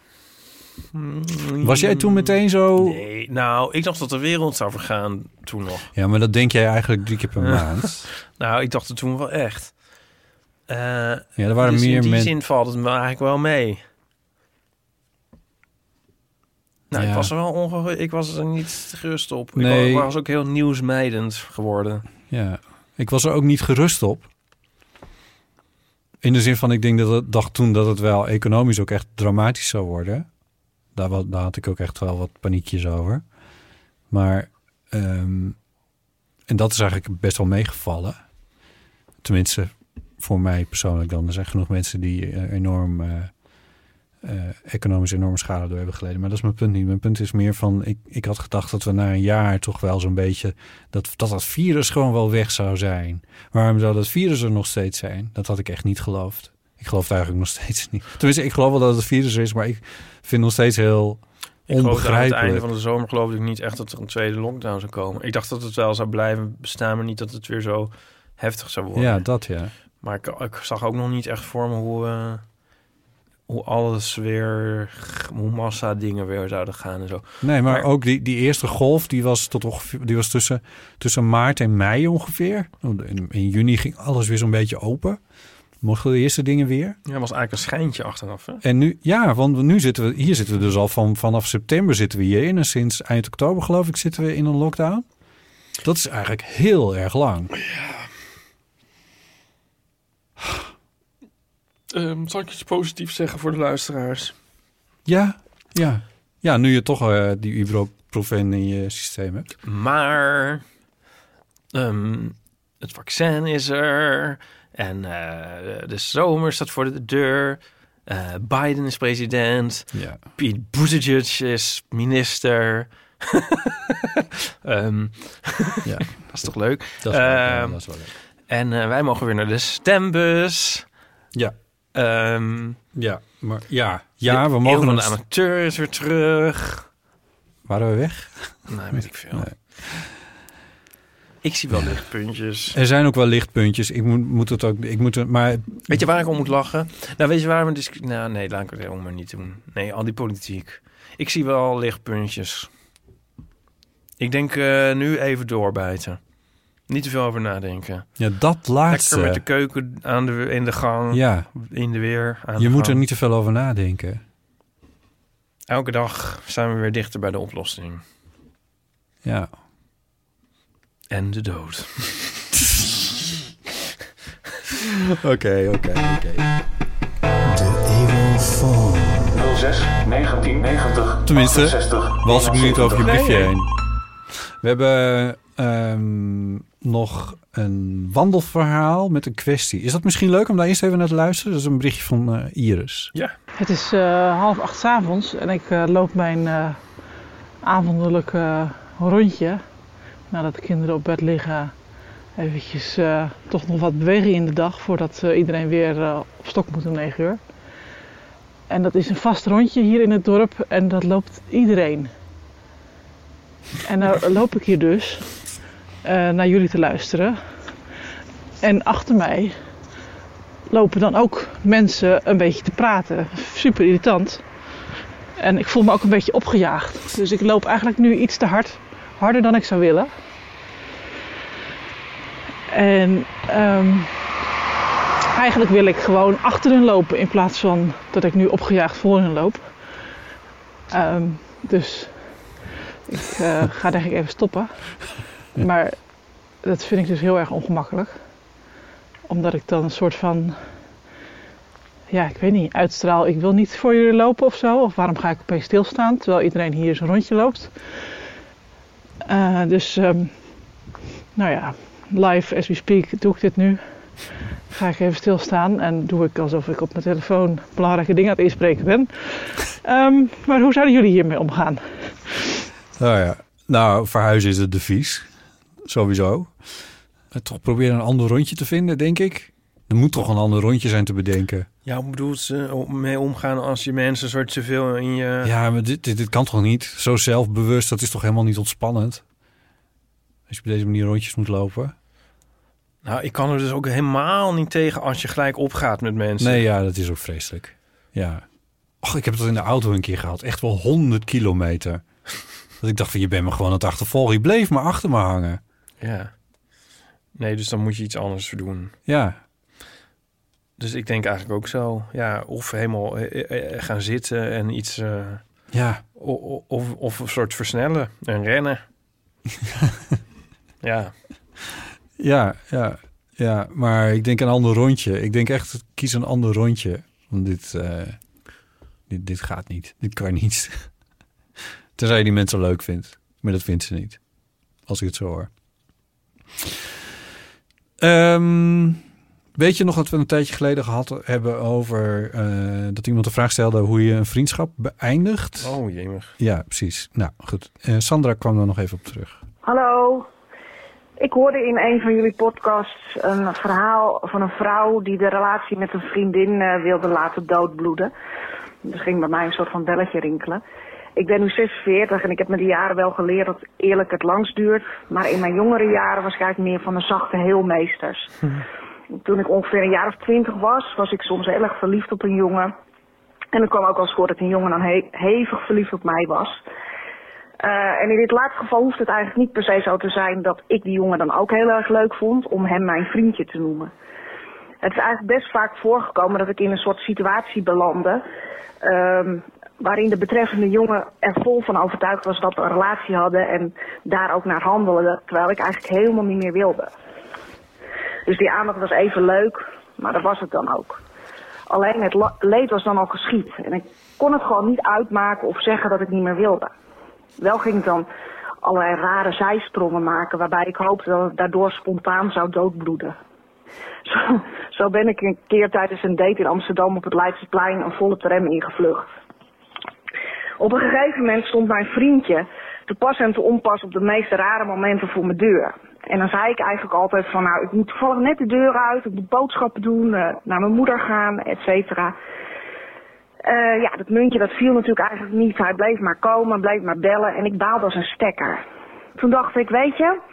Was jij toen meteen zo... Nee, nou, ik dacht dat de wereld zou vergaan toen nog. Ja, maar dat denk jij eigenlijk drie keer per maand. Nou, ik dacht het toen wel echt. Uh, ja, er waren dus meer in die men... zin valt het me eigenlijk wel mee. Nou, ja. ik was er wel onge... Ik was er niet gerust op. Nee. Ik was ook heel nieuwsmijdend geworden. Ja, ik was er ook niet gerust op. In de zin van, ik denk dat het, dacht toen dat het wel economisch ook echt dramatisch zou worden. Daar, wat, daar had ik ook echt wel wat paniekjes over. Maar, um, en dat is eigenlijk best wel meegevallen. Tenminste, voor mij persoonlijk dan. Er zijn genoeg mensen die uh, enorm, uh, uh, economisch enorme schade door hebben geleden. Maar dat is mijn punt niet. Mijn punt is meer van, ik, ik had gedacht dat we na een jaar toch wel zo'n beetje, dat, dat dat virus gewoon wel weg zou zijn. Waarom zou dat virus er nog steeds zijn? Dat had ik echt niet geloofd. Ik geloof het eigenlijk nog steeds niet. Tenminste, ik geloof wel dat het virus er is, maar ik vind het nog steeds heel ik onbegrijpelijk. Aan het einde van de zomer geloofde ik niet echt dat er een tweede lockdown zou komen. Ik dacht dat het wel zou blijven bestaan, maar niet dat het weer zo heftig zou worden. Ja, dat ja. Maar ik, ik zag ook nog niet echt voor me hoe, uh, hoe alles weer, hoe massa dingen weer zouden gaan en zo. Nee, maar, maar ook die, die eerste golf, die was tot ongeveer, die was tussen, tussen maart en mei ongeveer. In, in juni ging alles weer zo'n beetje open. Mochten de eerste dingen weer. Ja, was eigenlijk een schijntje achteraf, hè? En nu, ja, want nu zitten we, hier zitten we dus al van, vanaf september zitten we hierin. En sinds eind oktober, geloof ik, zitten we in een lockdown. Dat is eigenlijk heel erg lang. Ja. Um, zal ik iets positiefs zeggen voor de luisteraars? Ja, ja. Ja, nu je toch uh, die ibuprofen in je systeem hebt. Maar um, het vaccin is er. En uh, de zomer staat voor de deur. Uh, Biden is president. Ja. Pete Buttigieg is minister. um, ja. Dat is toch leuk? Dat is wel, uh, ja, dat is wel leuk. En uh, wij mogen weer naar de stembus. Ja. Um, ja, maar ja. Ja, we mogen... Van de amateur is weer terug. Waren we weg? Nee, weet ik veel. Nee. Ik zie wel lichtpuntjes. Er zijn ook wel lichtpuntjes. Ik moet, moet het ook... Ik moet het, maar... Weet je waar ik om moet lachen? Nou, weet je waar we... Dus, nou, nee, laat ik het helemaal maar niet doen. Nee, al die politiek. Ik zie wel lichtpuntjes. Ik denk uh, nu even doorbijten. Niet te veel over nadenken. Ja, dat laatste. Lekker met de keuken aan de, in de gang. Ja. In de weer. Aan je de moet gang. er niet te veel over nadenken. Elke dag zijn we weer dichter bij de oplossing. Ja. En de dood. Oké, oké, oké. nul zes negentien negentig Tenminste, achtenzestig was ik nu niet over je briefje Nee. heen. We hebben um, nog een wandelverhaal met een kwestie. Is dat misschien leuk om daar eerst even naar te luisteren? Dat is een berichtje van uh, Iris. Ja. Het is uh, half acht 's avonds en ik uh, loop mijn uh, avondelijke uh, rondje. Nadat de kinderen op bed liggen, eventjes uh, toch nog wat beweging in de dag voordat uh, iedereen weer uh, op stok moet om negen uur. En dat is een vast rondje hier in het dorp en dat loopt iedereen. En nou loop ik hier dus uh, naar jullie te luisteren. En achter mij lopen dan ook mensen een beetje te praten. Super irritant. En ik voel me ook een beetje opgejaagd. Dus ik loop eigenlijk nu iets te hard. Harder dan ik zou willen. En um, eigenlijk wil ik gewoon achter hen lopen in plaats van dat ik nu opgejaagd voor hen loop. Um, dus ik uh, ga denk ik even stoppen. Maar dat vind ik dus heel erg ongemakkelijk. Omdat ik dan een soort van, ja, ik weet niet, uitstraal. Ik wil niet voor jullie lopen of zo. Of waarom ga ik opeens stilstaan terwijl iedereen hier zo'n rondje loopt. Uh, dus, um, nou ja, live as we speak doe ik dit nu. Ga ik even stilstaan en doe ik alsof ik op mijn telefoon belangrijke dingen aan het inspreken ben. Um, maar hoe zouden jullie hiermee omgaan? Nou ja, nou, verhuizen is het devies. Sowieso. En toch proberen een ander rondje te vinden, denk ik. Er moet toch een ander rondje zijn te bedenken. Ja, hoe bedoelt ze mee omgaan als je mensen soort te veel in je... Ja, maar dit, dit, dit kan toch niet? Zo zelfbewust, dat is toch helemaal niet ontspannend? Als je op deze manier rondjes moet lopen. Nou, ik kan er dus ook helemaal niet tegen als je gelijk opgaat met mensen. Nee, ja, dat is ook vreselijk. Ja. Och, ik heb het in de auto een keer gehad. Echt wel honderd kilometer. Dat ik dacht van, je bent me gewoon aan het achtervolgen. Je bleef maar achter me hangen. Ja. Nee, dus dan moet je iets anders doen. Ja. Dus ik denk eigenlijk ook zo. Ja, of helemaal eh, eh, gaan zitten en iets... Uh, ja. Of, of, of een soort versnellen en rennen. Ja. Ja, ja, ja. Maar ik denk een ander rondje. Ik denk echt, kies een ander rondje. Want dit, uh, dit, dit gaat niet. Dit kan niet. Tenzij je die mensen leuk vindt. Maar dat vindt ze niet. Als ik het zo hoor. Um, weet je nog dat we een tijdje geleden gehad hebben over... Uh, dat iemand de vraag stelde hoe je een vriendschap beëindigt? Oh, jemig. Ja, precies. Nou, goed. Uh, Sandra kwam er nog even op terug. Hallo. Ik hoorde in een van jullie podcasts een verhaal van een vrouw die de relatie met een vriendin uh, wilde laten doodbloeden. Dus ging bij mij een soort van belletje rinkelen. Ik ben nu zesenveertig en ik heb met de jaren wel geleerd dat eerlijk het langst duurt. Maar in mijn jongere jaren was ik eigenlijk meer van de zachte heelmeesters. Hm. Toen ik ongeveer een jaar of twintig was, was ik soms heel erg verliefd op een jongen. En dan kwam ook wel eens voor dat een jongen dan he- hevig verliefd op mij was. Uh, en in dit laatste geval hoeft het eigenlijk niet per se zo te zijn dat ik die jongen dan ook heel erg leuk vond om hem mijn vriendje te noemen. Het is eigenlijk best vaak voorgekomen dat ik in een soort situatie belandde, um, waarin de betreffende jongen er vol van overtuigd was dat we een relatie hadden en daar ook naar handelde, terwijl ik eigenlijk helemaal niet meer wilde. Dus die aandacht was even leuk, maar dat was het dan ook. Alleen het la- leed was dan al geschied en ik kon het gewoon niet uitmaken of zeggen dat ik niet meer wilde. Wel ging ik dan allerlei rare zijsprongen maken waarbij ik hoopte dat het daardoor spontaan zou doodbloeden. Zo, zo ben ik een keer tijdens een date in Amsterdam op het Leidseplein een volle tram ingevlucht. Op een gegeven moment stond mijn vriendje te pas en te onpas op de meest rare momenten voor mijn deur. En dan zei ik eigenlijk altijd van nou, ik moet toevallig net de deur uit, ik moet boodschappen doen, uh, naar mijn moeder gaan, et cetera. Uh, ja, dat muntje dat viel natuurlijk eigenlijk niet. Hij bleef maar komen, bleef maar bellen en ik baalde als een stekker. Toen dacht ik, weet je,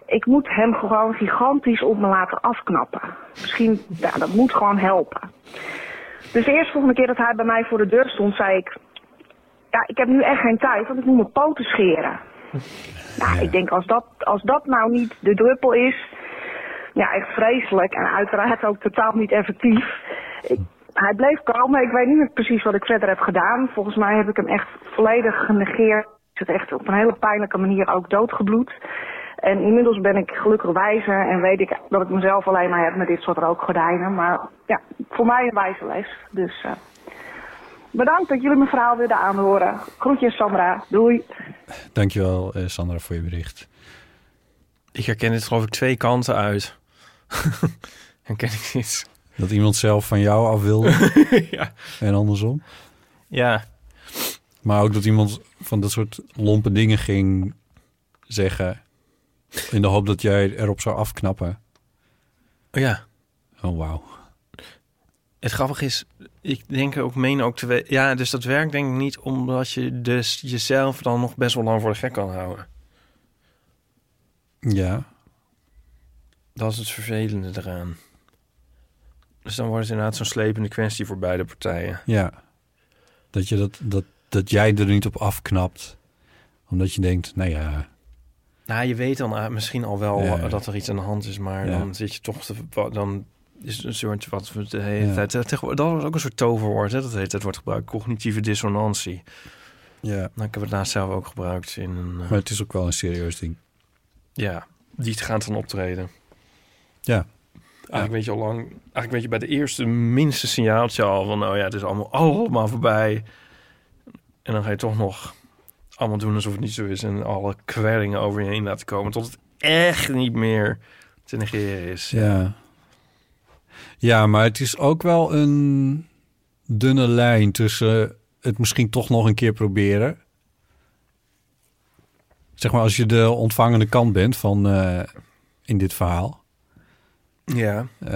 ik moet hem gewoon gigantisch op me laten afknappen. Misschien, ja, dat moet gewoon helpen. Dus de eerste volgende keer dat hij bij mij voor de deur stond, zei ik... Ja, ik heb nu echt geen tijd, want ik moet mijn poten scheren. Nou, ja. Ik denk, als dat, als dat nou niet de druppel is... Ja, echt vreselijk. En uiteraard ook totaal niet effectief. Ik, hij bleef komen. Ik weet niet meer precies wat ik verder heb gedaan. Volgens mij heb ik hem echt volledig genegeerd. Ik zit echt op een hele pijnlijke manier ook doodgebloed. En inmiddels ben ik gelukkig wijzer en weet ik dat ik mezelf alleen maar heb met dit soort rookgordijnen. Maar ja, voor mij een wijze les. Dus uh, bedankt dat jullie mijn verhaal wilden aanhoren. Groetjes Sandra, doei. Dankjewel uh, Sandra voor je bericht. Ik herken dit geloof ik twee kanten uit. Herken ik dit? Dat iemand zelf van jou af wilde ja. En andersom? Ja. Maar ook dat iemand van dat soort lompe dingen ging zeggen... in de hoop dat jij erop zou afknappen. Oh ja. Oh, wauw. Het grappige is, ik denk ook, meen ook te weten... Ja, dus dat werkt denk ik niet omdat je dus jezelf dan nog best wel lang voor de gek kan houden. Ja. Dat is het vervelende eraan. Dus dan wordt het inderdaad zo'n slepende kwestie voor beide partijen. Ja. Dat, je dat, dat, dat jij er niet op afknapt. Omdat je denkt, nou ja... Nou, je weet dan misschien al wel ja. dat er iets aan de hand is, maar ja. dan zit je toch te, dan is het een soort wat we de hele ja. tijd. Dat was ook een soort toverwoord, hè? Dat de hele tijd wordt gebruikt, cognitieve dissonantie. Ja. Nou, ik heb het laatst zelf ook gebruikt in een. Maar het is ook wel een serieus ding. Ja, die gaan dan optreden. Ja. Eigenlijk ja. weet je al lang. Eigenlijk weet je bij de eerste minste signaaltje al van, nou ja, het is allemaal allemaal voorbij. En dan ga je toch nog allemaal doen alsof het niet zo is en alle kwellingen over je heen laten komen tot het echt niet meer te negeren is. Ja. Ja, maar het is ook wel een dunne lijn tussen het misschien toch nog een keer proberen. Zeg maar als je de ontvangende kant bent van uh, in dit verhaal. Ja. Uh,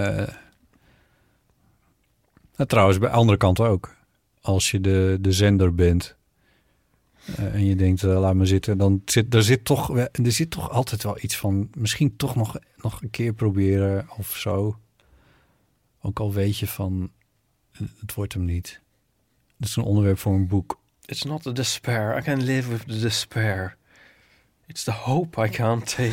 nou, trouwens, bij de andere kant ook. Als je de, de zender bent uh, en je denkt, uh, laat me zitten, dan zit er zit toch er zit toch altijd wel iets van misschien toch nog, nog een keer proberen of zo. Ook al weet je van, het wordt hem niet. Dat is een onderwerp voor een boek. It's not the despair. I can live with the despair. It's the hope I can't take.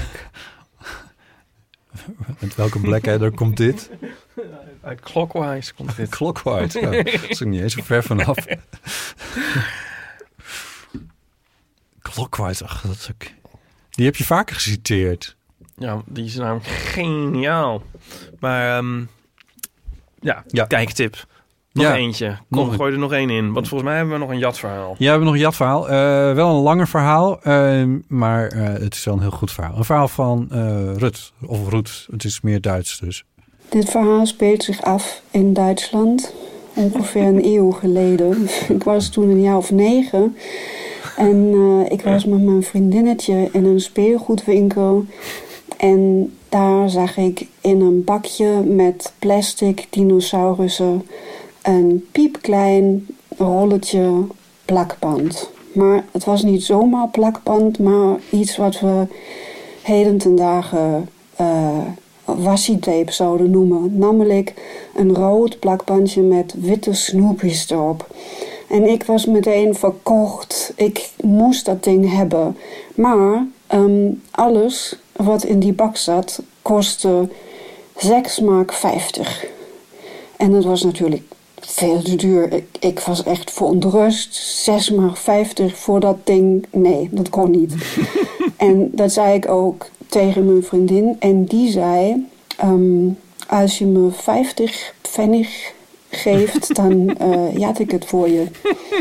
Met welke Blackadder komt dit? Uh, clockwise komt dit. Clockwise, ja. Dat is er niet eens zo ver vanaf. Clockwise, ach, dat is ook... Die heb je vaker geciteerd. Ja, die is namelijk geniaal. Maar um, ja, ja, kijktip. Nog ja, eentje. Kom, nog gooi er nog één in. Want volgens mij hebben we nog een jatverhaal. Ja, we hebben nog een jatverhaal. Uh, wel een langer verhaal, uh, maar uh, het is wel een heel goed verhaal. Een verhaal van uh, Rut, of Ruth. Het is meer Duits dus. Dit verhaal speelt zich af in Duitsland. Ongeveer een eeuw geleden. Ik was toen een jaar of negen. En uh, ik was met mijn vriendinnetje in een speelgoedwinkel. En daar zag ik in een bakje met plastic dinosaurussen een piepklein rolletje plakband. Maar het was niet zomaar plakband, maar iets wat we heden ten dagen uh, washi-tape zouden noemen. Namelijk een rood plakbandje met witte snoepjes erop. En ik was meteen verkocht. Ik moest dat ding hebben. Maar um, alles wat in die bak zat kostte zes mark vijftig. En dat was natuurlijk veel te duur. Ik, ik was echt verontrust. zes mark vijftig voor dat ding. Nee, dat kon niet. En dat zei ik ook tegen mijn vriendin. En die zei, um, als je me vijftig pfennig geeft, dan uh, jat ik het voor je.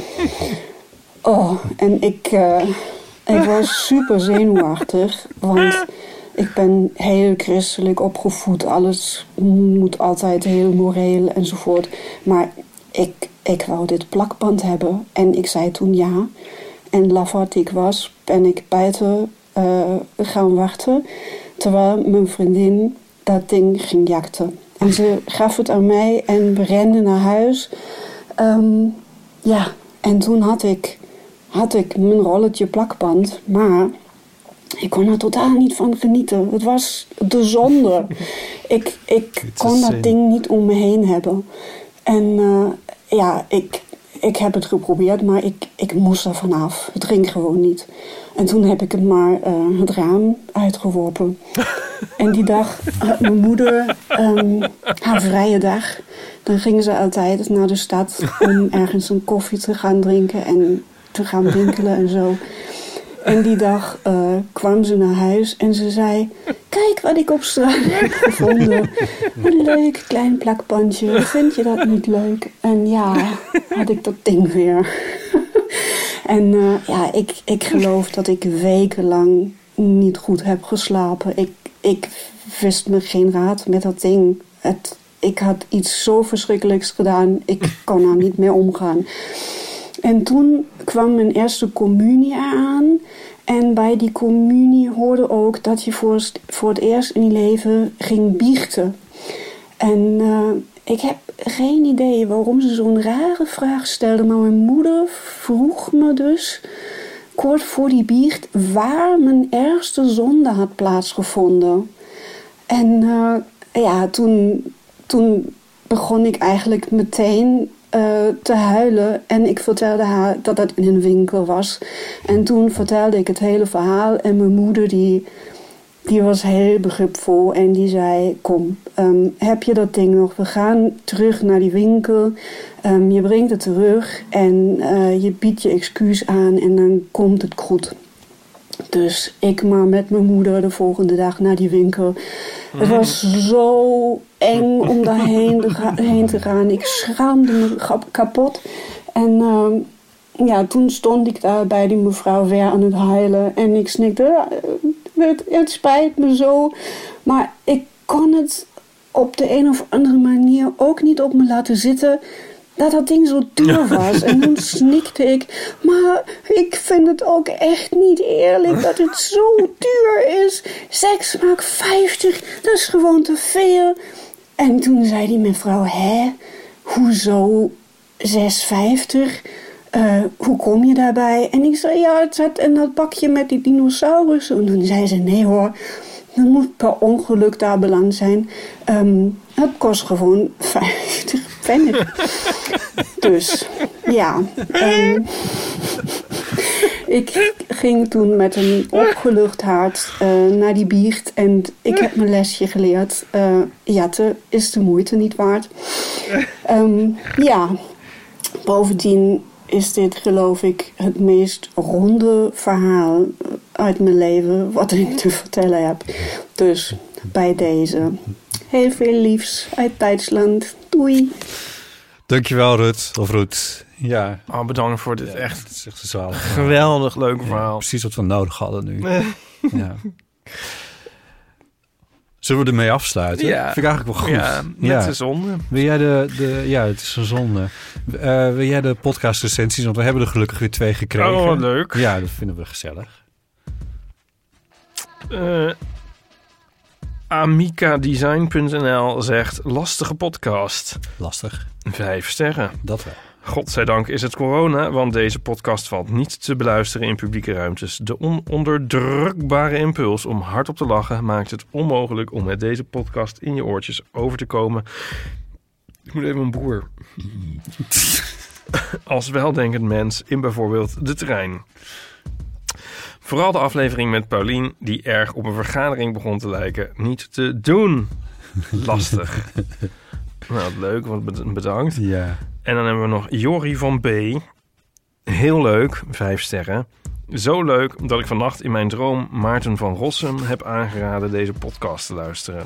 Oh, en ik, uh, ik was super zenuwachtig, want ik ben heel christelijk opgevoed. Alles moet altijd heel moreel enzovoort. Maar ik, ik wou dit plakband hebben. En ik zei toen ja. En laf wat ik was, ben ik buiten uh, gaan wachten. Terwijl mijn vriendin dat ding ging jakten. En ze gaf het aan mij en we renden naar huis. Um, ja, en toen had ik, had ik mijn rolletje plakband. Maar ik kon er totaal niet van genieten. Het was de zonde. ik ik kon dat ding niet om me heen hebben. En uh, ja, ik, ik heb het geprobeerd, maar ik, ik moest er vanaf. Het ging gewoon niet. En toen heb ik het maar uh, het raam uitgeworpen. En die dag had mijn moeder um, haar vrije dag. Dan gingen ze altijd naar de stad om ergens een koffie te gaan drinken en te gaan winkelen en zo. En die dag uh, kwam ze naar huis en ze zei... Kijk wat ik op straat heb gevonden. Een leuk klein plakbandje. Vind je dat niet leuk? En ja, had ik dat ding weer. En uh, ja, ik, ik geloof dat ik wekenlang niet goed heb geslapen. Ik, ik wist me geen raad met dat ding. Het, ik had iets zo verschrikkelijks gedaan. Ik kon er niet meer omgaan. En toen kwam mijn eerste communie aan. En bij die communie hoorde ook dat je voor, voor het eerst in je leven ging biechten. En uh, ik heb geen idee waarom ze zo'n rare vraag stelde. Maar mijn moeder vroeg me dus kort voor die biecht waar mijn eerste zonde had plaatsgevonden. En uh, ja, toen, toen begon ik eigenlijk meteen Uh, te huilen. En ik vertelde haar dat dat in een winkel was. En toen vertelde ik het hele verhaal. En mijn moeder die, die was heel begripvol. En die zei, kom, um, heb je dat ding nog? We gaan terug naar die winkel. Um, je brengt het terug. En uh, je biedt je excuus aan. En dan komt het goed. Dus ik maar met mijn moeder de volgende dag naar die winkel. Het was zo eng om daarheen te, ga- heen te gaan. Ik schaamde me kapot. En uh, ja, toen stond ik daar bij die mevrouw weer aan het huilen. En ik snikte, het, het spijt me zo. Maar ik kon het op de een of andere manier ook niet op me laten zitten dat dat ding zo duur was. En toen snikte ik, maar ik vind het ook echt niet eerlijk dat het zo duur is. zes mark vijftig, dat is gewoon te veel. En toen zei die mevrouw, hè, hoezo zes vijftig? Uh, hoe kom je daarbij? En ik zei, ja, het zat in dat bakje met die dinosaurussen. En toen zei ze, nee hoor, dat moet per ongeluk daar beland zijn. Um, het kost gewoon vijftig pfennig. Dus, ja. Um, ik ging toen met een opgelucht hart uh, naar die biecht. En ik heb mijn lesje geleerd. Uh, jatten is de moeite niet waard. Um, ja, bovendien is dit, geloof ik, het meest ronde verhaal uit mijn leven wat ik te vertellen heb. Dus bij deze heel veel liefs uit Duitsland. Doei. Dankjewel, Rut. Of Ruud. Ja. Oh, bedankt voor dit ja, echt, het is echt een zalig geweldig leuke verhaal. Ja, precies wat we nodig hadden nu. Ja. Zullen we ermee afsluiten? Ja. Vind ik eigenlijk wel goed. Ja, met ja. de zonde. Wil jij de, de... Ja, het is een zonde. Uh, wil jij de podcast recensies? Want we hebben er gelukkig weer twee gekregen. Oh, leuk. Ja, dat vinden we gezellig. Uh, Amikadesign punt n l zegt lastige podcast. Lastig. Vijf sterren. Dat wel. Godzijdank is het corona, want deze podcast valt niet te beluisteren in publieke ruimtes. De ononderdrukbare impuls om hardop te lachen maakt het onmogelijk om met deze podcast in je oortjes over te komen. Ik moet even een boer. Als weldenkend mens in bijvoorbeeld de trein. Vooral de aflevering met Paulien, die erg op een vergadering begon te lijken, niet te doen. Lastig. Nou, leuk, wat bedankt. Ja. En dan hebben we nog Jori van B. Heel leuk, vijf sterren. Zo leuk dat ik vannacht in mijn droom Maarten van Rossum heb aangeraden deze podcast te luisteren.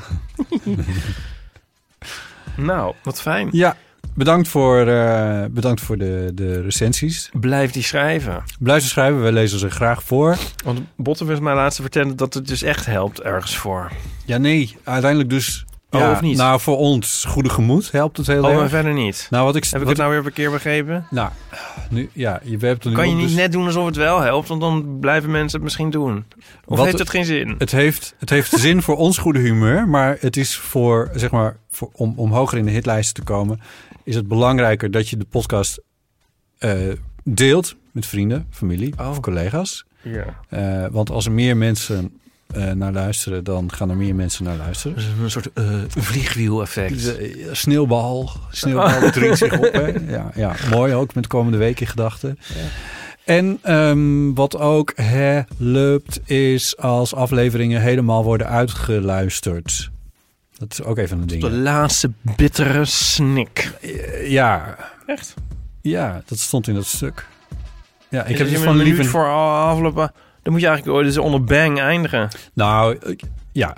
Nou, wat fijn. Ja, bedankt voor, uh, bedankt voor de, de recensies. Blijf die schrijven. Blijf ze schrijven, wij lezen ze graag voor. Want Botte was mij laatst vertellen dat het dus echt helpt ergens voor. Ja, nee, uiteindelijk dus... Oh, ja, of niet? Nou, voor ons goede gemoed helpt het heel oh, erg. maar verder niet. Nou, wat ik, Heb wat ik het nou weer verkeerd begrepen? Nou, nu, ja, je hebt er nu kan je niet dus... net doen alsof het wel helpt, want dan blijven mensen het misschien doen. Of wat heeft het geen zin? Het heeft, het heeft zin voor ons goede humeur, maar het is voor, zeg maar, voor, om, om hoger in de hitlijsten te komen, is het belangrijker dat je de podcast uh, deelt met vrienden, familie oh. of collega's. Ja. Uh, want als er meer mensen uh, naar luisteren, dan gaan er meer mensen naar luisteren. Dus een soort uh, vliegwiel-effect. De, uh, sneeuwbal. Sneeuwbal oh. dringt zich op. Hè? Ja, ja, mooi ook met de komende week in gedachten. Ja. En um, wat ook helpt is als afleveringen helemaal worden uitgeluisterd. Dat is ook even een ding. De laatste bittere snik. Uh, ja. Echt? Ja, dat stond in dat stuk. Ja, ik is heb het dus van van lieve voor aflopen. Dan moet je eigenlijk ooit eens onder bang eindigen. Nou, ja.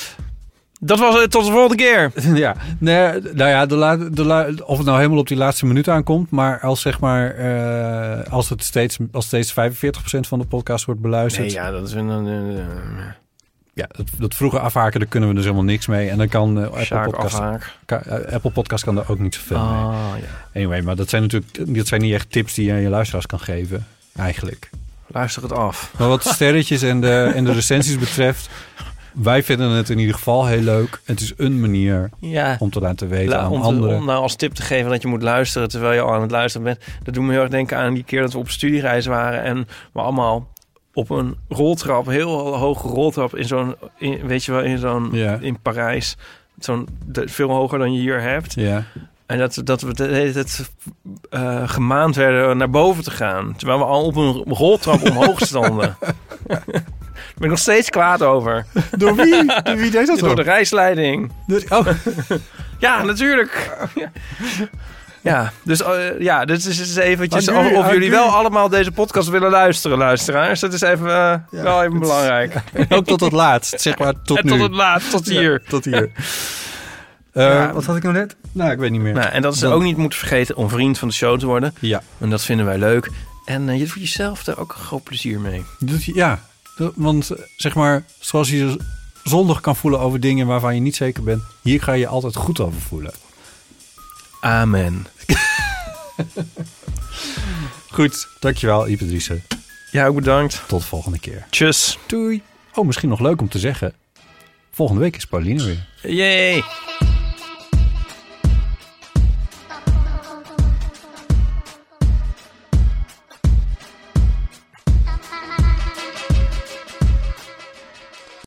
Dat was het. Tot de volgende keer. Ja, nee, nou ja, de la, de la, of het nou helemaal op die laatste minuut aankomt, maar als zeg maar, uh, als het steeds, als steeds vijfenveertig procent van de podcast wordt beluisterd. Nee, ja, dat is een. Uh, uh, ja, dat, dat vroege afhaken, daar kunnen we dus helemaal niks mee. En dan kan uh, Apple Podcast, kan, uh, Apple Podcast kan er ook niet zoveel oh, mee. Ja. Anyway, maar dat zijn natuurlijk, dat zijn niet echt tips die je aan je luisteraars kan geven, eigenlijk. Luister het af. Maar wat de sterretjes en de, en de recensies betreft, wij vinden het in ieder geval heel leuk. Het is een manier ja. om te laten weten La, aan om, anderen. Om nou als tip te geven dat je moet luisteren terwijl je al aan het luisteren bent. Dat doet me heel erg denken aan die keer dat we op studiereis waren en we allemaal op een roltrap, heel hoge roltrap in zo'n, in, weet je wel, in zo'n ja. in Parijs, zo'n de, veel hoger dan je hier hebt. Ja. En dat, dat we de hele tijd uh, gemaand werden naar boven te gaan. Terwijl we al op een roltrap omhoog stonden. Daar ben ik nog steeds kwaad over. Door wie? Door wie deed dat? Door de reisleiding. Oh. Ja, natuurlijk. Ja, ja dus, uh, ja, dus is eens eventjes nu, of, of jullie nu. wel allemaal deze podcast willen luisteren, luisteraars. Dat is even, uh, ja, wel even belangrijk. Ook tot het laatst, zeg maar tot en nu. tot het laatst, tot hier. Ja, tot hier. Uh, ja. Wat had ik nou net? Nou, ik weet niet meer. Nou, en dat is Dan... ook niet moeten vergeten om vriend van de show te worden. Ja. En dat vinden wij leuk. En uh, je doet jezelf daar ook een groot plezier mee. Ja, want zeg maar, zoals je je zondig kan voelen over dingen waarvan je niet zeker bent, hier ga je altijd goed over voelen. Amen. Goed, dankjewel Ipe Driessen. Ja, ook bedankt. Tot de volgende keer. Tjus. Doei. Oh, misschien nog leuk om te zeggen. Volgende week is Pauline weer. Yay.